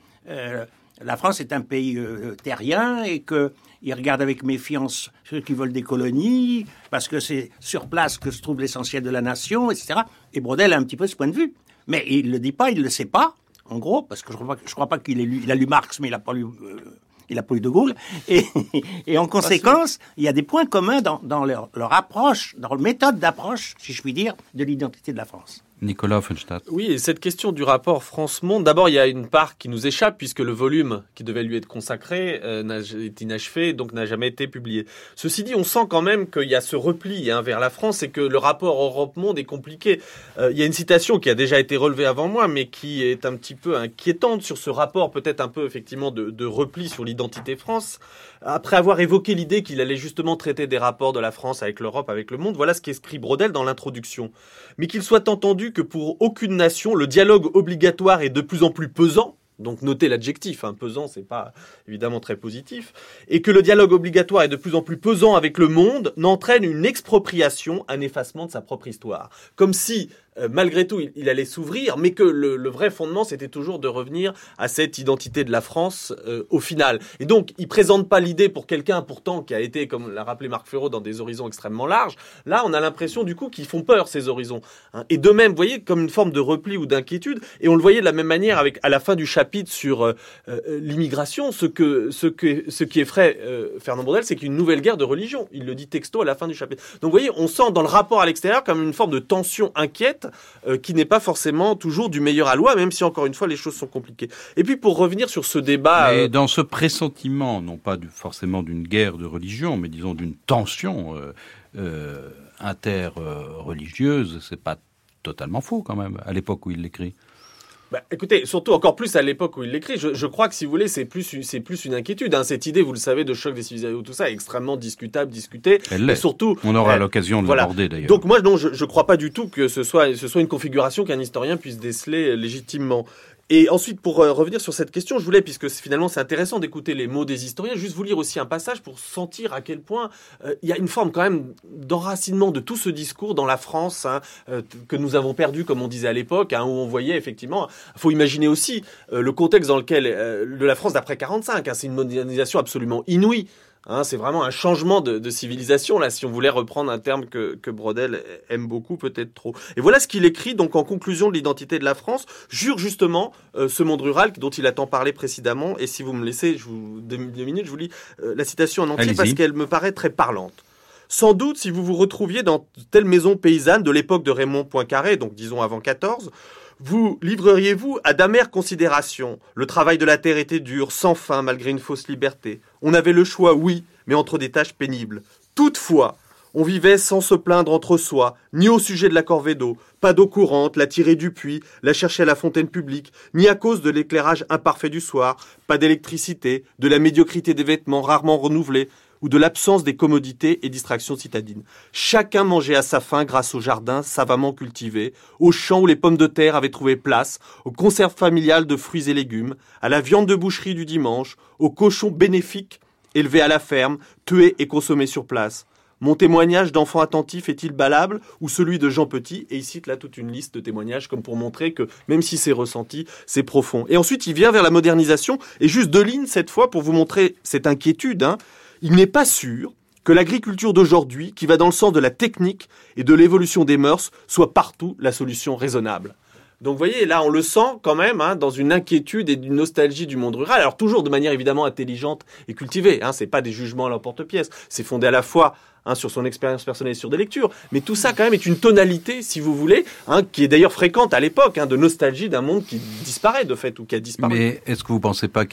la France est un pays terrien et qu'il regarde avec méfiance ceux qui veulent des colonies, parce que c'est sur place que se trouve l'essentiel de la nation, etc. Et Braudel a un petit peu ce point de vue. Mais il ne le dit pas, il ne le sait pas, en gros, parce que je crois pas qu'il ait lu. Il a lu Marx, mais il n'a pas lu de Gaulle. Et en conséquence, il y a des points communs dans leur approche, dans leur méthode d'approche, si je puis dire, de l'identité de la France. Nicolas Offenstadt. Oui, et cette question du rapport France-Monde, d'abord, il y a une part qui nous échappe, puisque le volume qui devait lui être consacré est inachevé, donc n'a jamais été publié. Ceci dit, on sent quand même qu'il y a ce repli vers la France et que le rapport Europe-Monde est compliqué. Il y a une citation qui a déjà été relevée avant moi, mais qui est un petit peu inquiétante sur ce rapport, peut-être un peu effectivement de repli sur l'identité France. Après avoir évoqué l'idée qu'il allait justement traiter des rapports de la France avec l'Europe, avec le monde, voilà ce qu'écrit Braudel dans l'introduction. Mais qu'il soit entendu que pour aucune nation, le dialogue obligatoire est de plus en plus pesant. Donc notez l'adjectif, pesant, c'est pas évidemment très positif, et que le dialogue obligatoire est de plus en plus pesant avec le monde, n'entraîne une expropriation, un effacement de sa propre histoire. Comme si, malgré tout, il allait s'ouvrir, mais que le vrai fondement, c'était toujours de revenir à cette identité de la France au final. Et donc, il présente pas l'idée pour quelqu'un, pourtant, qui a été, comme l'a rappelé Marc Ferraud, dans des horizons extrêmement larges. Là, on a l'impression, du coup, qu'ils font peur, ces horizons. Et de même, vous voyez, comme une forme de repli ou d'inquiétude, et on le voyait de la même manière à la fin du chapitre sur l'immigration, ce qui effraie Fernand Braudel, c'est qu'il y a une nouvelle guerre de religion. Il le dit texto à la fin du chapitre. Donc, vous voyez, on sent dans le rapport à l'extérieur comme une forme de tension inquiète qui n'est pas forcément toujours du meilleur aloi, même si, encore une fois, les choses sont compliquées. Et puis, pour revenir sur ce débat... Mais dans ce pressentiment, non pas forcément d'une guerre de religion, mais disons d'une tension interreligieuse, c'est pas totalement faux, quand même, à l'époque où il l'écrit. Écoutez, surtout encore plus à l'époque où il l'écrit, je crois que si vous voulez, c'est plus une inquiétude. Cette idée, vous le savez, de choc des civilisations, tout ça, est extrêmement discutée. Elle l'est. Et surtout, on aura l'occasion de l'aborder d'ailleurs. Donc moi, non, je crois pas du tout que ce soit une configuration qu'un historien puisse déceler légitimement. Et ensuite, pour revenir sur cette question, je voulais, puisque finalement c'est intéressant d'écouter les mots des historiens, juste vous lire aussi un passage pour sentir à quel point il y a une forme quand même d'enracinement de tout ce discours dans la France que nous avons perdu, comme on disait à l'époque, où on voyait effectivement, il faut imaginer aussi le contexte dans lequel de la France d'après 45, c'est une modernisation absolument inouïe. C'est vraiment un changement de civilisation, là, si on voulait reprendre un terme que Braudel aime beaucoup, peut-être trop. Et voilà ce qu'il écrit, donc, en conclusion de l'identité de la France, jure justement ce monde rural dont il a tant parlé précédemment. Et si vous me laissez 2 minutes, je vous lis la citation en entier. Allez-y. Parce qu'elle me paraît très parlante. Sans doute, si vous vous retrouviez dans telle maison paysanne de l'époque de Raymond Poincaré, donc disons avant 14, vous livreriez-vous à d'amères considérations. Le travail de la terre était dur, sans fin, malgré une fausse liberté. On avait le choix, oui, mais entre des tâches pénibles. Toutefois, on vivait sans se plaindre entre soi, ni au sujet de la corvée d'eau, pas d'eau courante, la tirer du puits, la chercher à la fontaine publique, ni à cause de l'éclairage imparfait du soir, pas d'électricité, de la médiocrité des vêtements rarement renouvelés, ou de l'absence des commodités et distractions citadines. Chacun mangeait à sa faim grâce aux jardins savamment cultivés, aux champs où les pommes de terre avaient trouvé place, aux conserves familiales de fruits et légumes, à la viande de boucherie du dimanche, aux cochons bénéfiques élevés à la ferme, tués et consommés sur place. Mon témoignage d'enfant attentif est-il valable ou celui de Jean Petit ? Et il cite là toute une liste de témoignages comme pour montrer que même si c'est ressenti, c'est profond. Et ensuite, il vient vers la modernisation et juste 2 lignes cette fois pour vous montrer cette inquiétude. Il n'est pas sûr que l'agriculture d'aujourd'hui, qui va dans le sens de la technique et de l'évolution des mœurs, soit partout la solution raisonnable. Donc vous voyez, là on le sent quand même dans une inquiétude et d'une nostalgie du monde rural. Alors toujours de manière évidemment intelligente et cultivée. C'est pas des jugements à l'emporte-pièce. C'est fondé à la fois sur son expérience personnelle et sur des lectures. Mais tout ça quand même est une tonalité, si vous voulez, qui est d'ailleurs fréquente à l'époque, de nostalgie d'un monde qui disparaît de fait ou qui a disparu. Mais est-ce que vous pensez pas qu'il y a une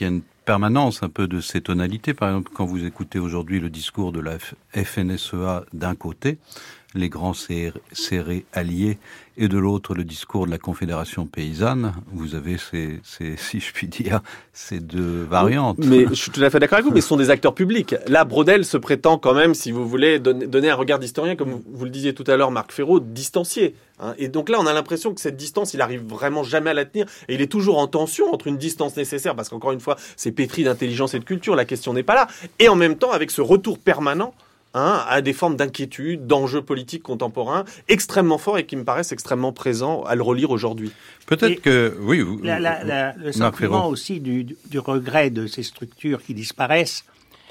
permanence un peu de ces tonalités. Par exemple, quand vous écoutez aujourd'hui le discours de la FNSEA d'un côté, les grands céréaliers, et de l'autre le discours de la Confédération paysanne, vous avez si je puis dire, ces deux variantes. Mais je suis tout à fait d'accord avec vous, mais ce sont des acteurs publics. Là, Braudel se prétend quand même, si vous voulez, donner un regard d'historien, comme vous le disiez tout à l'heure, Marc Fesneau, distancié. Et donc là, on a l'impression que cette distance, il arrive vraiment jamais à la tenir. Et il est toujours en tension entre une distance nécessaire, parce qu'encore une fois, c'est pétri d'intelligence et de culture, la question n'est pas là, et en même temps, avec ce retour permanent à des formes d'inquiétude, d'enjeux politiques contemporains extrêmement forts et qui me paraissent extrêmement présents à le relire aujourd'hui. Peut-être que, oui, le sentiment aussi du regret de ces structures qui disparaissent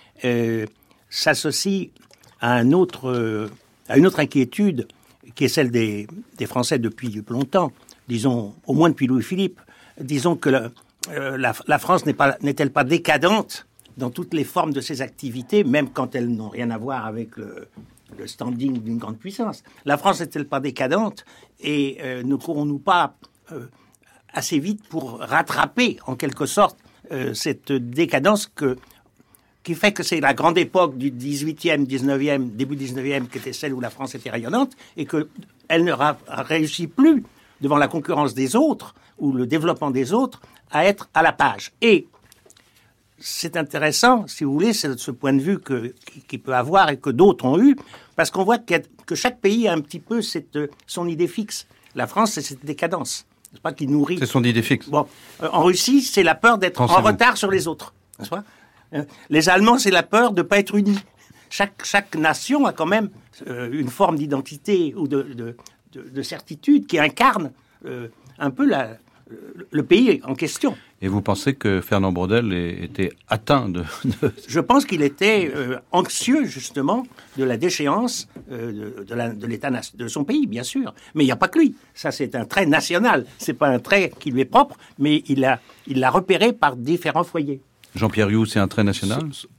s'associe à une autre inquiétude qui est celle des Français depuis longtemps, disons au moins depuis Louis-Philippe. Disons que la France n'est-elle pas décadente dans toutes les formes de ses activités, même quand elles n'ont rien à voir avec le standing d'une grande puissance. La France n'est-elle pas décadente et ne courons-nous pas assez vite pour rattraper, en quelque sorte, cette décadence qui fait que c'est la grande époque du 18e, 19e, début 19e, qui était celle où la France était rayonnante, et qu'elle ne réussit plus, devant la concurrence des autres, ou le développement des autres, à être à la page. Et c'est intéressant, si vous voulez, c'est de ce point de vue qu'il peut avoir et que d'autres ont eu, parce qu'on voit que chaque pays a un petit peu son idée fixe. La France, c'est cette décadence, n'est-ce pas, qui nourrit. C'est son idée fixe. Bon, en Russie, c'est la peur d'être en retard sur les autres, n'est-ce pas ? Les Allemands, c'est la peur de ne pas être unis. Chaque nation a quand même une forme d'identité ou de certitude qui incarne un peu le pays en question. Et vous pensez que Fernand Braudel était atteint de... Je pense qu'il était anxieux, justement, de la déchéance de l'État de son pays, bien sûr. Mais il n'y a pas que lui. Ça, c'est un trait national. Ce n'est pas un trait qui lui est propre, mais il l'a repéré par différents foyers. Jean-Pierre Rioux, c'est un trait national ?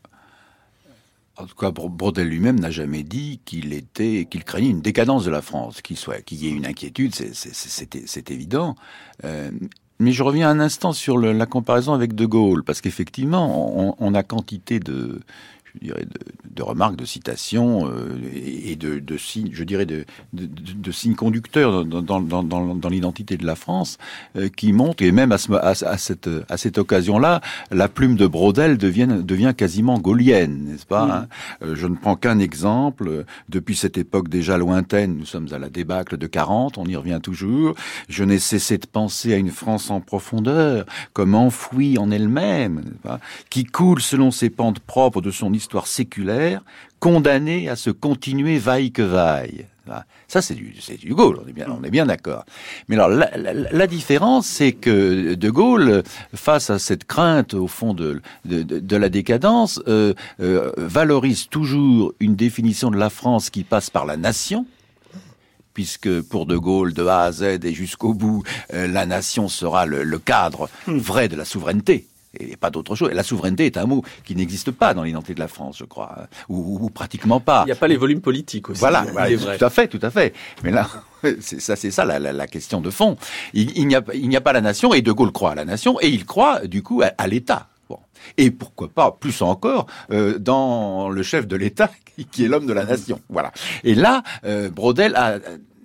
En tout cas, Braudel lui-même n'a jamais dit qu'il craignait une décadence de la France, qu'il y ait une inquiétude, c'est évident. Mais je reviens un instant sur la comparaison avec De Gaulle, parce qu'effectivement, on a quantité de remarques, de citations et de signes, je dirais de signes conducteurs dans l'identité de la France qui montrent, et même à cette occasion-là, la plume de Braudel devient quasiment gaulienne, n'est-ce pas ? Je ne prends qu'un exemple. Depuis cette époque déjà lointaine, nous sommes à la débâcle de 40, on y revient toujours. Je n'ai cessé de penser à une France en profondeur, comme enfouie en elle-même, n'est-ce pas ? Qui coule selon ses pentes propres de son histoire séculaire, condamné à se continuer vaille que vaille. Ça, c'est du De Gaulle, on est bien d'accord. Mais alors, la différence, c'est que De Gaulle, face à cette crainte, au fond, de la décadence, valorise toujours une définition de la France qui passe par la nation, puisque pour De Gaulle, de A à Z et jusqu'au bout, la nation sera le cadre vrai de la souveraineté. Et pas d'autre chose. Et la souveraineté est un mot qui n'existe pas dans l'identité de la France, je crois, ou pratiquement pas. Il n'y a pas les volumes politiques aussi. Voilà, tout à fait. Mais là, c'est ça la question de fond. Il n'y a pas la nation, et De Gaulle croit à la nation, et il croit du coup à l'État. Bon. Et pourquoi pas, plus encore, dans le chef de l'État, qui est l'homme de la nation. Voilà. Et là, Braudel a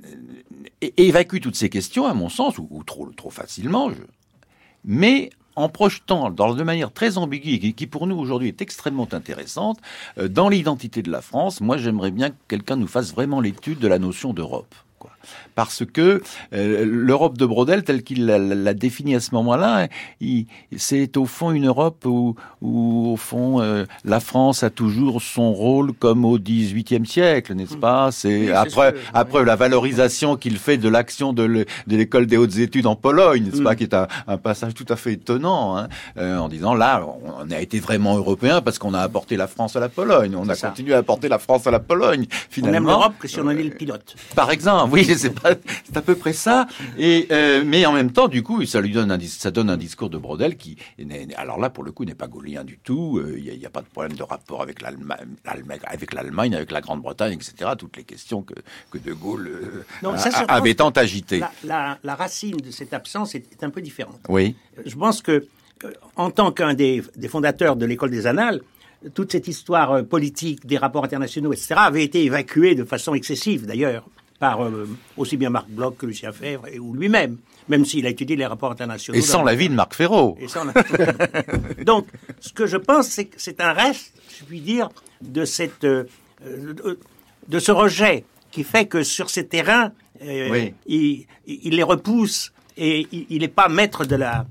évacue toutes ces questions, à mon sens, ou trop facilement, mais en projetant de manière très ambiguë, qui pour nous aujourd'hui est extrêmement intéressante, dans l'identité de la France, moi j'aimerais bien que quelqu'un nous fasse vraiment l'étude de la notion d'Europe. Parce que l'Europe de Braudel, telle qu'il l'a définie à ce moment-là, c'est au fond une Europe où au fond, la France a toujours son rôle comme au XVIIIe siècle, n'est-ce pas ? C'est après la valorisation qu'il fait de l'action de l'école des hautes études en Pologne, n'est-ce pas ? Qui est un passage tout à fait étonnant, en disant là, on a été vraiment européen parce qu'on a apporté la France à la Pologne, on a continué à apporter la France à la Pologne. Finalement, on aime l'Europe que si on avait le pilote. Par exemple, oui, c'est à peu près ça. Et mais en même temps, du coup, ça donne un discours de Braudel qui, alors là, pour le coup, n'est pas gaulien du tout. Il n'y a pas de problème de rapport avec l'Allemagne, avec la Grande-Bretagne, etc. Toutes les questions que De Gaulle avait tant agitées. La racine de cette absence est un peu différente. Oui. Je pense que en tant qu'un des fondateurs de l'école des Annales, toute cette histoire politique des rapports internationaux, etc., avait été évacuée de façon excessive, d'ailleurs, par aussi bien Marc Bloch que Lucien Febvre, ou lui-même, même s'il a étudié les rapports internationaux. Et sans l'avis de Marc Ferraud. Donc, ce que je pense, c'est que c'est un reste, je puis dire, de ce rejet qui fait que sur ces terrains, il les repousse et il n'est pas maître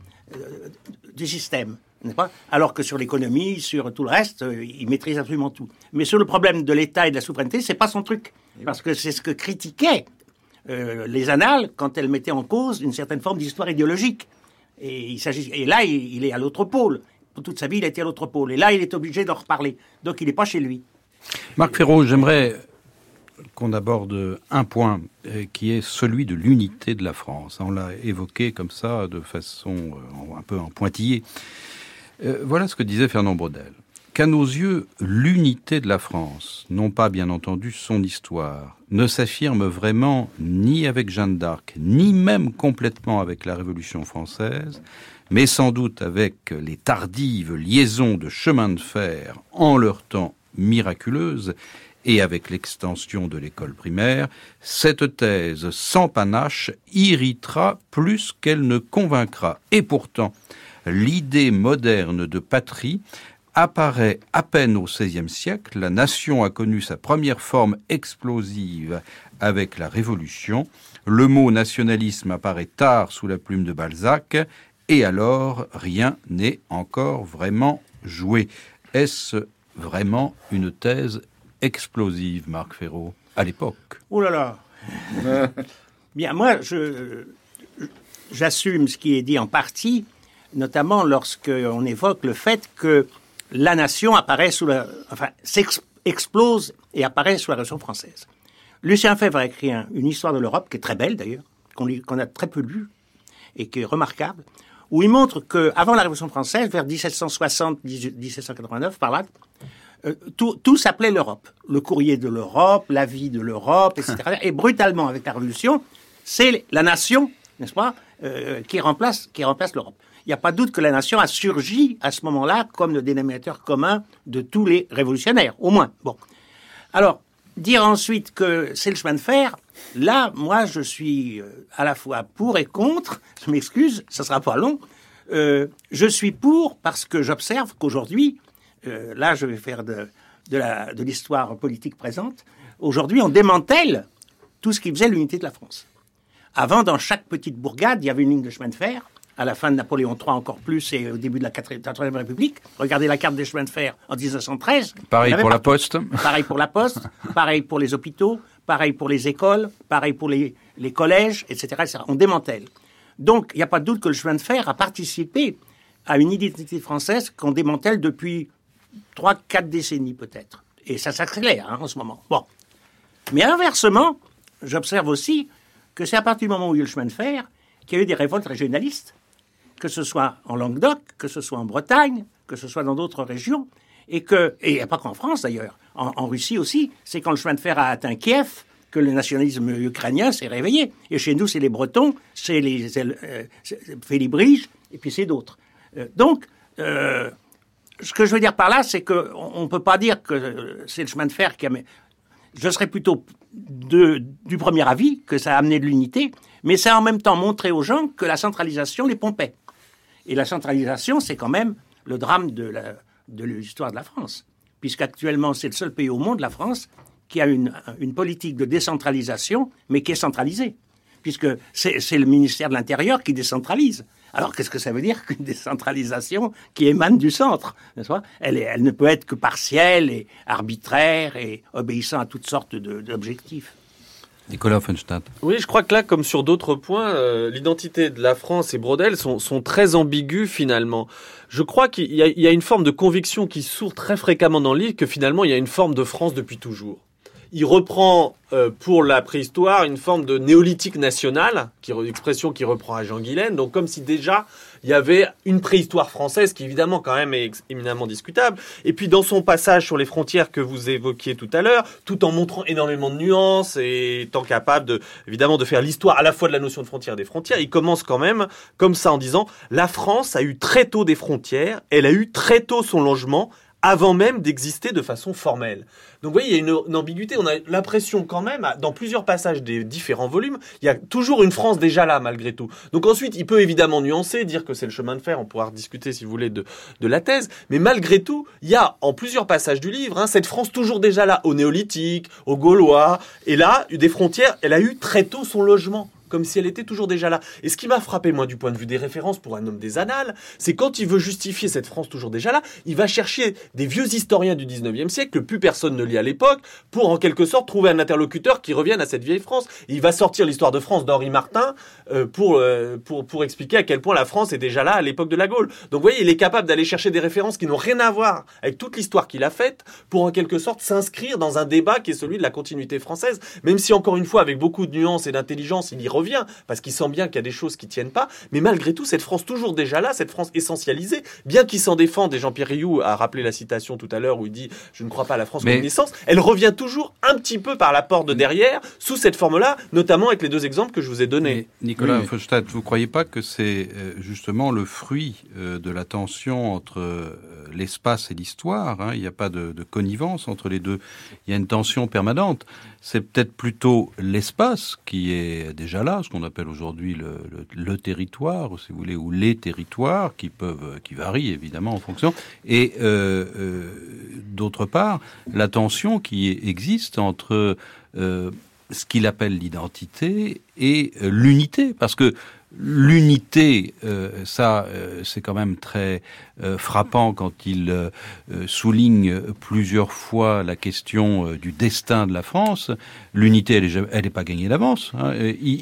du système. N'est-ce pas ? Alors que sur l'économie, sur tout le reste, il maîtrise absolument tout. Mais sur le problème de l'État et de la souveraineté, c'est pas son truc. Parce que c'est ce que critiquaient les Annales quand elles mettaient en cause une certaine forme d'histoire idéologique. Et là, il est à l'autre pôle. Pour toute sa vie, il a été à l'autre pôle. Et là, il est obligé d'en reparler. Donc, il n'est pas chez lui. Marc Ferraud, j'aimerais qu'on aborde un point qui est celui de l'unité de la France. On l'a évoqué comme ça, de façon un peu en pointillé. Voilà ce que disait Fernand Braudel. Qu'à nos yeux, l'unité de la France, non pas bien entendu son histoire, ne s'affirme vraiment ni avec Jeanne d'Arc, ni même complètement avec la Révolution française, mais sans doute avec les tardives liaisons de chemin de fer en leur temps miraculeuses et avec l'extension de l'école primaire, cette thèse sans panache irritera plus qu'elle ne convaincra. Et pourtant, l'idée moderne de patrie apparaît à peine au XVIe siècle. La nation a connu sa première forme explosive avec la Révolution. Le mot nationalisme apparaît tard sous la plume de Balzac. Et alors, rien n'est encore vraiment joué. Est-ce vraiment une thèse explosive, Marc Ferraud, à l'époque? Oh là là. Bien, moi, j'assume ce qui est dit en partie, notamment lorsqu'on évoque le fait que la nation apparaît explose et apparaît sous la Révolution française. Lucien Febvre a écrit une histoire de l'Europe, qui est très belle d'ailleurs, qu'on a très peu lue et qui est remarquable, où il montre qu'avant la Révolution française, vers 1760-1789, par là, tout s'appelait l'Europe. Le courrier de l'Europe, la vie de l'Europe, etc. Et brutalement, avec la Révolution, c'est la nation, n'est-ce pas, qui remplace l'Europe. Il n'y a pas de doute que la nation a surgi à ce moment-là comme le dénominateur commun de tous les révolutionnaires, au moins. Bon. Alors, dire ensuite que c'est le chemin de fer, là, moi, je suis à la fois pour et contre. Je m'excuse, ça sera pas long. Je suis pour parce que j'observe qu'aujourd'hui, là, je vais faire de l'histoire politique présente. Aujourd'hui, on démantèle tout ce qui faisait l'unité de la France. Avant, dans chaque petite bourgade, il y avait une ligne de chemin de fer. À la fin de Napoléon III encore plus et au début de la Troisième République. Regardez la carte des chemins de fer en 1913. Pareil pour la Poste. Pareil pour la Poste, pareil pour les hôpitaux, pareil pour les écoles, pareil pour les collèges, etc., etc. On démantèle. Donc, il n'y a pas de doute que le chemin de fer a participé à une identité française qu'on démantèle depuis 3-4 décennies peut-être. Et ça s'accélère en ce moment. Bon. Mais inversement, j'observe aussi que c'est à partir du moment où il y a eu le chemin de fer qu'il y a eu des révoltes régionalistes, que ce soit en Languedoc, que ce soit en Bretagne, que ce soit dans d'autres régions, et pas qu'en France d'ailleurs, en Russie aussi, c'est quand le chemin de fer a atteint Kiev que le nationalisme ukrainien s'est réveillé. Et chez nous, c'est les Bretons, c'est les Félibrige, et puis c'est d'autres. Donc, ce que je veux dire par là, c'est qu'on ne peut pas dire que c'est le chemin de fer qui a... Je serais plutôt du premier avis que ça a amené de l'unité, mais ça a en même temps montré aux gens que la centralisation les pompait. Et la centralisation, c'est quand même le drame de l'histoire de la France. Puisqu'actuellement, c'est le seul pays au monde, la France, qui a une politique de décentralisation, mais qui est centralisée. Puisque c'est le ministère de l'Intérieur qui décentralise. Alors, qu'est-ce que ça veut dire qu'une décentralisation qui émane du centre, n'est-ce pas ? Elle ne peut être que partielle et arbitraire et obéissant à toutes sortes d'objectifs. Nicolas Offenstadt. Oui, je crois que là, comme sur d'autres points, l'identité de la France et Braudel sont très ambigus finalement. Je crois qu'il y a une forme de conviction qui sourd très fréquemment dans le livre que finalement il y a une forme de France depuis toujours. il reprend pour la préhistoire une forme de néolithique national, expression qui reprend à Jean Guilaine, donc comme si déjà il y avait une préhistoire française qui évidemment quand même est éminemment discutable. Et puis dans son passage sur les frontières que vous évoquiez tout à l'heure, tout en montrant énormément de nuances et étant capable évidemment de faire l'histoire à la fois de la notion de frontière et des frontières, il commence quand même comme ça en disant « La France a eu très tôt des frontières, elle a eu très tôt son logement, avant même d'exister de façon formelle. » Donc vous voyez, il y a une ambiguïté. On a l'impression quand même, dans plusieurs passages des différents volumes, il y a toujours une France déjà là, malgré tout. Donc ensuite, il peut évidemment nuancer, dire que c'est le chemin de fer, on pourra rediscuter, si vous voulez, de la thèse. Mais malgré tout, il y a, en plusieurs passages du livre, cette France toujours déjà là, au néolithique, au gaulois. Et là, des frontières, elle a eu très tôt son logement, comme si elle était toujours déjà là. Et ce qui m'a frappé, moi, du point de vue des références pour un homme des annales, c'est quand il veut justifier cette France toujours déjà là, il va chercher des vieux historiens du 19e siècle, que plus personne ne lit à l'époque, pour en quelque sorte trouver un interlocuteur qui revienne à cette vieille France. Et il va sortir l'histoire de France d'Henri Martin pour expliquer à quel point la France est déjà là à l'époque de la Gaule. Donc vous voyez, il est capable d'aller chercher des références qui n'ont rien à voir avec toute l'histoire qu'il a faite, pour en quelque sorte s'inscrire dans un débat qui est celui de la continuité française, même si encore une fois, avec beaucoup de nuances et d'intelligence, il y revient, parce qu'il sent bien qu'il y a des choses qui tiennent pas, mais malgré tout, cette France toujours déjà là, cette France essentialisée, bien qu'il s'en défende, et Jean-Pierre Rioux a rappelé la citation tout à l'heure où il dit « Je ne crois pas à la France comme une naissance », elle revient toujours un petit peu par la porte de derrière, sous cette forme-là, notamment avec les deux exemples que je vous ai donnés. Mais Nicolas Feuchtstadt, vous ne croyez pas que c'est justement le fruit de la tension entre l'espace et l'histoire, hein? Il n'y a pas de connivence entre les deux, il y a une tension permanente. C'est peut-être plutôt l'espace qui est déjà là, ce qu'on appelle aujourd'hui le territoire, si vous voulez, ou les territoires qui varient évidemment en fonction. Et d'autre part, la tension qui existe entre ce qu'il appelle l'identité et l'unité, parce que l'unité, c'est quand même très frappant quand il souligne plusieurs fois la question du destin de la France. L'unité, elle est pas gagnée d'avance, hein.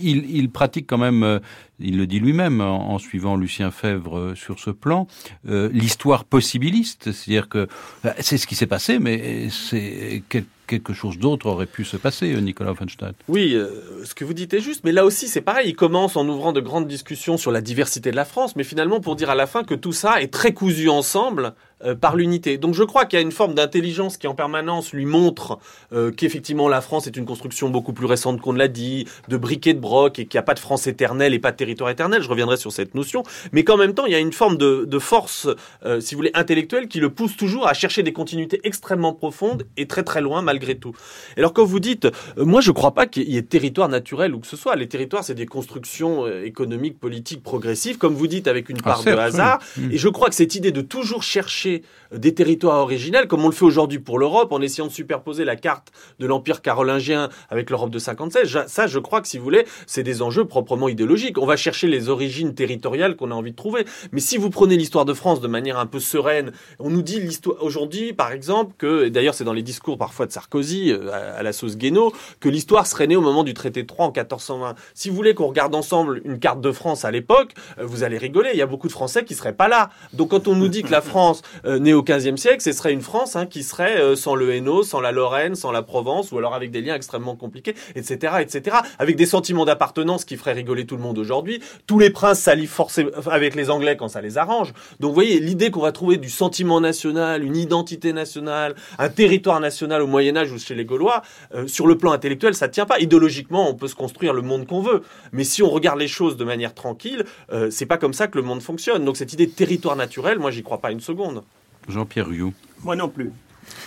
Il pratique quand même, il le dit lui-même en suivant Lucien Febvre sur ce plan, l'histoire possibiliste, c'est-à-dire que c'est ce qui s'est passé, mais c'est quelque chose d'autre aurait pu se passer, Nicolas Feuchtstadt. Oui, ce que vous dites est juste, mais là aussi c'est pareil, il commence en ouvrant de grandes discussions sur la diversité de la France, mais finalement pour dire à la fin que tout ça est très cousu ensemble par l'unité. Donc je crois qu'il y a une forme d'intelligence qui en permanence lui montre qu'effectivement la France est une construction beaucoup plus récente qu'on ne l'a dit, de briques et de broc, et qu'il n'y a pas de France éternelle et pas de territoire éternel, je reviendrai sur cette notion, mais qu'en même temps il y a une forme de force, si vous voulez, intellectuelle qui le pousse toujours à chercher des continuités extrêmement profondes et très très loin malgré tout. Et alors quand vous dites, moi je ne crois pas qu'il y ait territoire naturel ou que ce soit, les territoires c'est des constructions économiques, politiques, progressives, comme vous dites, avec une part de hasard, et je crois que cette idée de toujours chercher des territoires originels, comme on le fait aujourd'hui pour l'Europe, en essayant de superposer la carte de l'Empire carolingien avec l'Europe de 56, ça, je crois que, si vous voulez, c'est des enjeux proprement idéologiques. On va chercher les origines territoriales qu'on a envie de trouver. Mais si vous prenez l'histoire de France de manière un peu sereine, on nous dit l'histoire aujourd'hui, par exemple, que, et d'ailleurs c'est dans les discours parfois de Sarkozy, à la sauce Guénaud, que l'histoire serait née au moment du traité de Troyes en 1420. Si vous voulez qu'on regarde ensemble une carte de France à l'époque, vous allez rigoler, il y a beaucoup de Français qui seraient pas là. Donc quand on nous dit que la France née au XVe siècle, ce serait une France qui serait sans le Hainaut, sans la Lorraine, sans la Provence, ou alors avec des liens extrêmement compliqués, etc., etc., avec des sentiments d'appartenance qui feraient rigoler tout le monde aujourd'hui. Tous les princes s'allient forcément avec les Anglais quand ça les arrange. Donc vous voyez, l'idée qu'on va trouver du sentiment national, une identité nationale, un territoire national au Moyen-Âge ou chez les Gaulois, sur le plan intellectuel, ça tient pas. Idéologiquement, on peut se construire le monde qu'on veut. Mais si on regarde les choses de manière tranquille, c'est pas comme ça que le monde fonctionne. Donc cette idée de territoire naturel, moi j'y crois pas une seconde. Jean-Pierre Rioux. Moi non plus.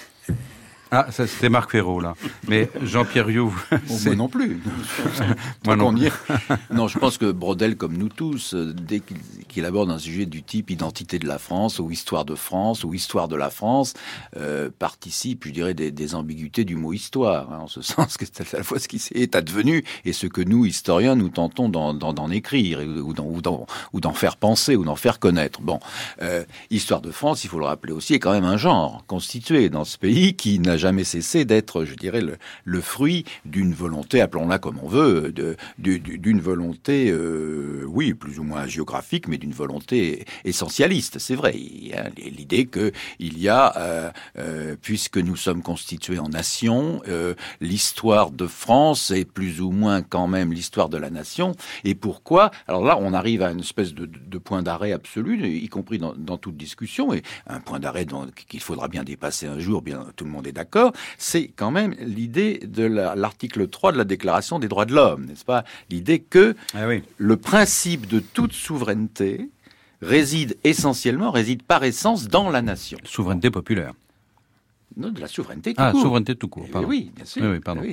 Ah, ça c'était Marc Ferraud, là. Mais Jean-Pierre Rioux... Moi non plus. Moi non plus. Non, je pense que Braudel, comme nous tous, dès qu'il aborde un sujet du type identité de la France, ou histoire de France, ou histoire de la France, participe, je dirais, des ambiguïtés du mot histoire, hein, en ce sens que c'est à la fois ce qui est advenu et ce que nous, historiens, nous tentons d'en écrire, ou d'en faire penser, ou d'en faire connaître. Bon, histoire de France, il faut le rappeler aussi, est quand même un genre constitué dans ce pays qui n'a jamais cessé d'être, je dirais, le fruit d'une volonté, appelons-la comme on veut, d'une volonté, oui, plus ou moins géographique, mais d'une volonté essentialiste. C'est vrai, il y a l'idée que il y a, puisque nous sommes constitués en nation, l'histoire de France est plus ou moins quand même l'histoire de la nation. Et pourquoi? Alors là, on arrive à une espèce de point d'arrêt absolu, y compris dans toute discussion, et un point d'arrêt qu'il faudra bien dépasser un jour, bien tout le monde est d'accord, c'est quand même l'idée de l'article 3 de la Déclaration des droits de l'homme, n'est-ce pas? L'idée que le principe de toute souveraineté réside par essence dans la nation. Souveraineté populaire. Non, de la souveraineté tout court. Souveraineté tout court, pardon. Oui, bien sûr. Oui, pardon. Oui.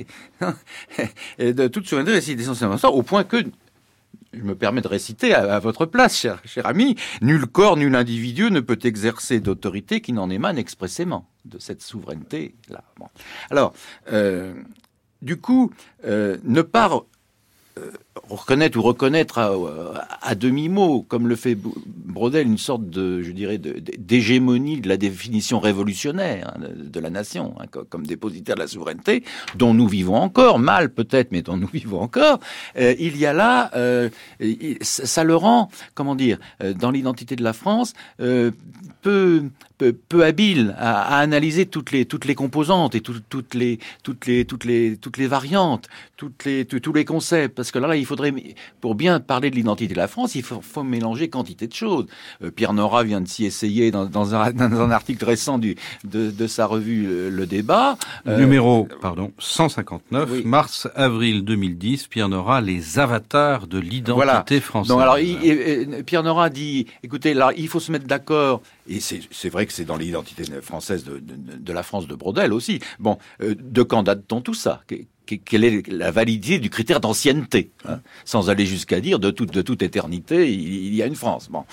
Et de toute souveraineté réside essentiellement dans ça, au point que, je me permets de réciter à votre place, cher ami, nul corps, nul individu ne peut exercer d'autorité qui n'en émane expressément de cette souveraineté-là. Bon. Alors, du coup, ne pas reconnaître ou reconnaître à demi-mot, comme le fait Braudel, une sorte de, je dirais, d'hégémonie de la définition révolutionnaire de la nation, comme dépositaire de la souveraineté, dont nous vivons encore, mal peut-être, mais dont nous vivons encore, il y a là, ça le rend, comment dire, dans l'identité de la France, peu habile à analyser toutes les composantes et toutes les variantes, tous les concepts, parce que là, il faudrait, pour bien parler de l'identité de la France, il faut mélanger quantité de choses. Pierre Nora vient de s'y essayer dans un article récent de sa revue Le Débat. Numéro 159, oui. mars-avril 2010, Pierre Nora, les avatars de l'identité française. Donc, alors, Pierre Nora dit, écoutez, là, il faut se mettre d'accord, et c'est vrai que c'est dans l'identité française de la France de Braudel aussi. Bon, de quand date-t-on tout ça? Quelle est la validité du critère d'ancienneté, hein, sans aller jusqu'à dire de toute éternité il y a une France. Bon,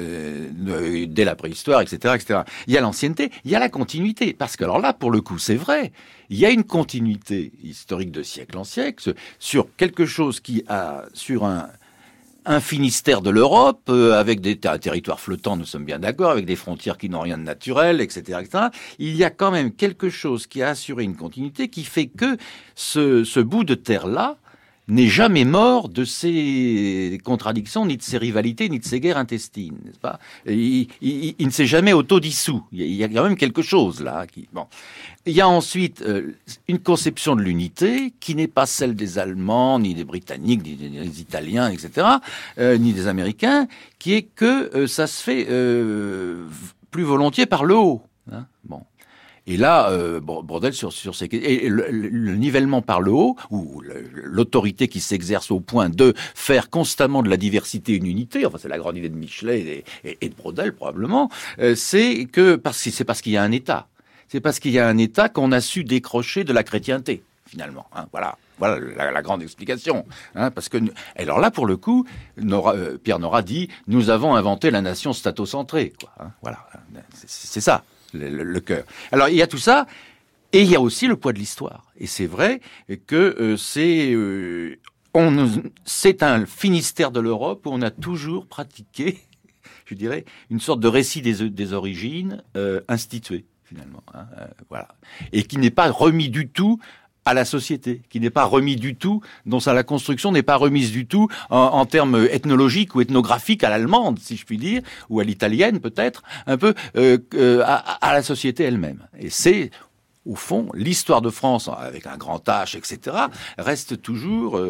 dès la préhistoire, etc., etc. Il y a l'ancienneté, il y a la continuité, parce que alors là, pour le coup, c'est vrai, il y a une continuité historique de siècle en siècle sur quelque chose qui a sur un Finistère de l'Europe, avec des territoires flottants, nous sommes bien d'accord, avec des frontières qui n'ont rien de naturel, etc., etc. Il y a quand même quelque chose qui a assuré une continuité qui fait que ce bout de terre-là n'est jamais mort de ses contradictions, ni de ses rivalités, ni de ses guerres intestines, n'est-ce pas? Il ne s'est jamais autodissous. Il y a quand même quelque chose là. Bon. Il y a ensuite une conception de l'unité qui n'est pas celle des Allemands, ni des Britanniques, ni des Italiens, etc., ni des Américains, qui est que ça se fait plus volontiers par le haut. Hein, bon. Et là, Braudel sur ces et le nivellement par le haut, ou l'autorité qui s'exerce au point de faire constamment de la diversité une unité, enfin c'est la grande idée de Michelet et de Braudel probablement, c'est parce qu'il y a un État. C'est parce qu'il y a un État qu'on a su décrocher de la chrétienté, finalement. Hein, voilà la grande explication. Hein, parce que alors là, pour le coup, Pierre Nora dit « Nous avons inventé la nation statocentrée ». Hein, voilà, c'est ça. Le cœur. Alors il y a tout ça, et il y a aussi le poids de l'histoire. Et c'est vrai que c'est un Finistère de l'Europe où on a toujours pratiqué, je dirais, une sorte de récit des origines institué finalement. Hein, voilà, et qui n'est pas remis du tout à la société, qui n'est pas remis du tout, dont la construction n'est pas remise du tout en termes ethnologiques ou ethnographiques à l'allemande, si je puis dire, ou à l'italienne peut-être, un peu à la société elle-même. Et c'est, au fond, l'histoire de France, avec un grand H, etc., reste toujours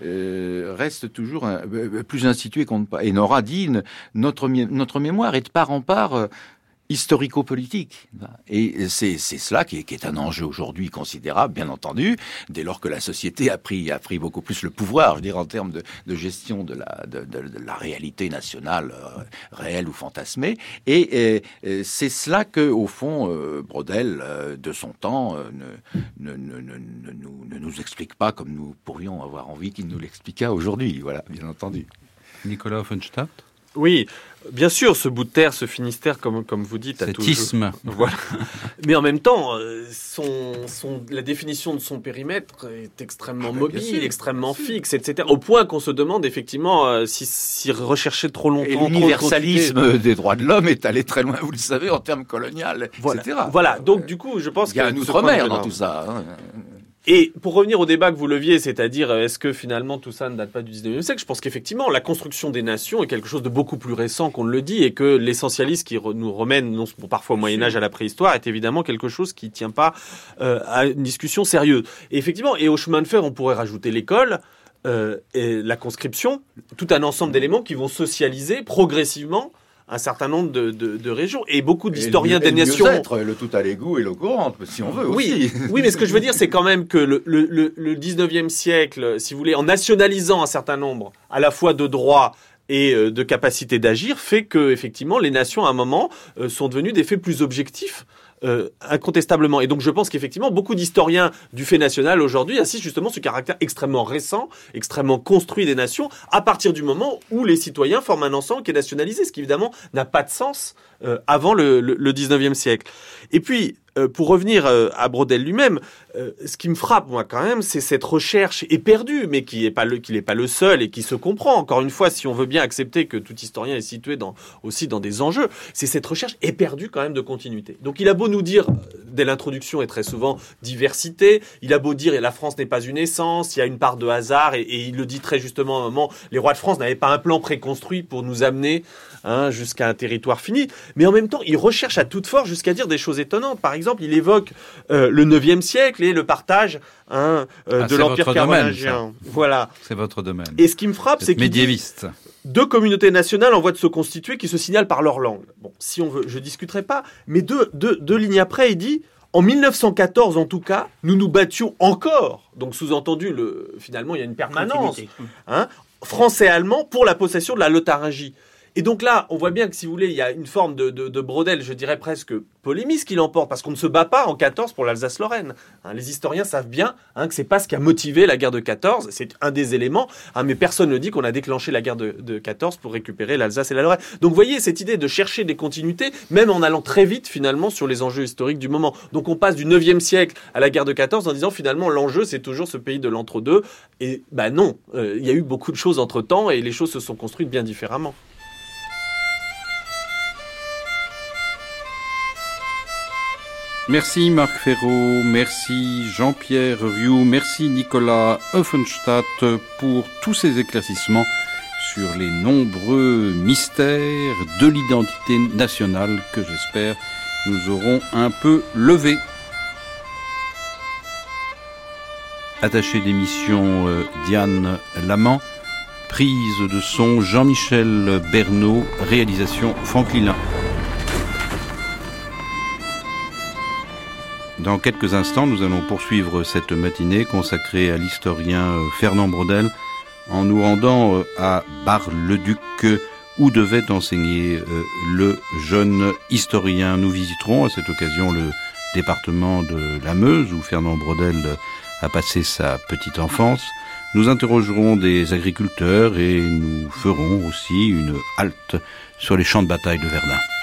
plus instituée qu'on ne peut. Et Nora dit, notre mémoire est de part en part historico-politique. Et c'est cela qui est un enjeu aujourd'hui considérable, bien entendu, dès lors que la société a pris beaucoup plus le pouvoir, je dirais, en termes de gestion de la réalité nationale, réelle ou fantasmée. Et c'est cela que, au fond, Braudel, de son temps, ne nous explique pas comme nous pourrions avoir envie qu'il nous l'expliquât aujourd'hui. Voilà, bien entendu. Nicolas Offenstadt. Oui, bien sûr, ce bout de terre, ce Finistère, comme vous dites, a Cet toujours... isthme. Voilà. Mais en même temps, la définition de son périmètre est extrêmement mobile, extrêmement fixe, etc. Au point qu'on se demande effectivement si rechercher trop longtemps... Et l'universalisme des droits de l'homme est allé très loin, vous le savez, en termes coloniaux, etc. Voilà, donc du coup, je pense qu'il y a un outre-mer dans tout ça. Hein. Et pour revenir au débat que vous leviez, c'est-à-dire est-ce que finalement tout ça ne date pas du 19e siècle, je pense qu'effectivement la construction des nations est quelque chose de beaucoup plus récent qu'on ne le dit et que l'essentialisme qui nous remène parfois au Moyen-Âge à la préhistoire est évidemment quelque chose qui ne tient pas à une discussion sérieuse. Et effectivement, et au chemin de fer, on pourrait rajouter l'école, et la conscription, tout un ensemble d'éléments qui vont socialiser progressivement un certain nombre de régions et beaucoup d'historiens des nations. Le tout à l'égout et l'eau courante, si on veut aussi. Oui, mais ce que je veux dire, c'est quand même que le 19e siècle, si vous voulez, en nationalisant un certain nombre à la fois de droits et de capacité d'agir, fait que effectivement les nations à un moment sont devenues des faits plus objectifs. Incontestablement. Et donc je pense qu'effectivement beaucoup d'historiens du fait national aujourd'hui insistent justement sur ce caractère extrêmement récent, extrêmement construit des nations à partir du moment où les citoyens forment un ensemble qui est nationalisé, ce qui évidemment n'a pas de sens avant le 19e siècle. Et puis pour revenir à Braudel lui-même, ce qui me frappe moi quand même, c'est cette recherche éperdue, mais qu'il n'est pas le seul et qui se comprend. Encore une fois, si on veut bien accepter que tout historien est situé aussi dans des enjeux, c'est cette recherche éperdue quand même de continuité. Donc il a beau nous dire, dès l'introduction et très souvent, diversité, il a beau dire la France n'est pas une essence, il y a une part de hasard, et il le dit très justement à un moment, les rois de France n'avaient pas un plan préconstruit pour nous amener jusqu'à un territoire fini, mais en même temps, il recherche à toute force jusqu'à dire des choses étonnantes. Par exemple, il évoque le 9e siècle et le partage de l'Empire carolingien. Voilà. C'est votre domaine. Et ce qui me frappe, c'est qu'il médiéviste. Deux communautés nationales en voie de se constituer qui se signalent par leur langue. Bon, si on veut, je discuterai pas, mais deux lignes après, il dit en 1914, en tout cas, nous nous battions encore. Donc, sous-entendu, finalement, il y a une permanence. Français et allemand pour la possession de la Lotharingie. Et donc là, on voit bien que si vous voulez, il y a une forme de Braudel, je dirais presque polémiste qui l'emporte, parce qu'on ne se bat pas en 14 pour l'Alsace-Lorraine. Les historiens savent bien que c'est pas ce qui a motivé la guerre de 14, c'est un des éléments, mais personne ne dit qu'on a déclenché la guerre de 14 pour récupérer l'Alsace et la Lorraine. Donc vous voyez, cette idée de chercher des continuités, même en allant très vite finalement sur les enjeux historiques du moment. Donc on passe du 9e siècle à la guerre de 14 en disant finalement l'enjeu c'est toujours ce pays de l'entre-deux. Et non, il y a eu beaucoup de choses entre-temps et les choses se sont construites bien différemment. Merci Marc Ferraud, merci Jean-Pierre Rioux, merci Nicolas Offenstadt pour tous ces éclaircissements sur les nombreux mystères de l'identité nationale que j'espère nous aurons un peu levés. Attaché d'émission Diane Lamant, prise de son Jean-Michel Bernot, réalisation Franck Lilin. Dans quelques instants, nous allons poursuivre cette matinée consacrée à l'historien Fernand Braudel en nous rendant à Bar-le-Duc où devait enseigner le jeune historien. Nous visiterons à cette occasion le département de la Meuse où Fernand Braudel a passé sa petite enfance. Nous interrogerons des agriculteurs et nous ferons aussi une halte sur les champs de bataille de Verdun.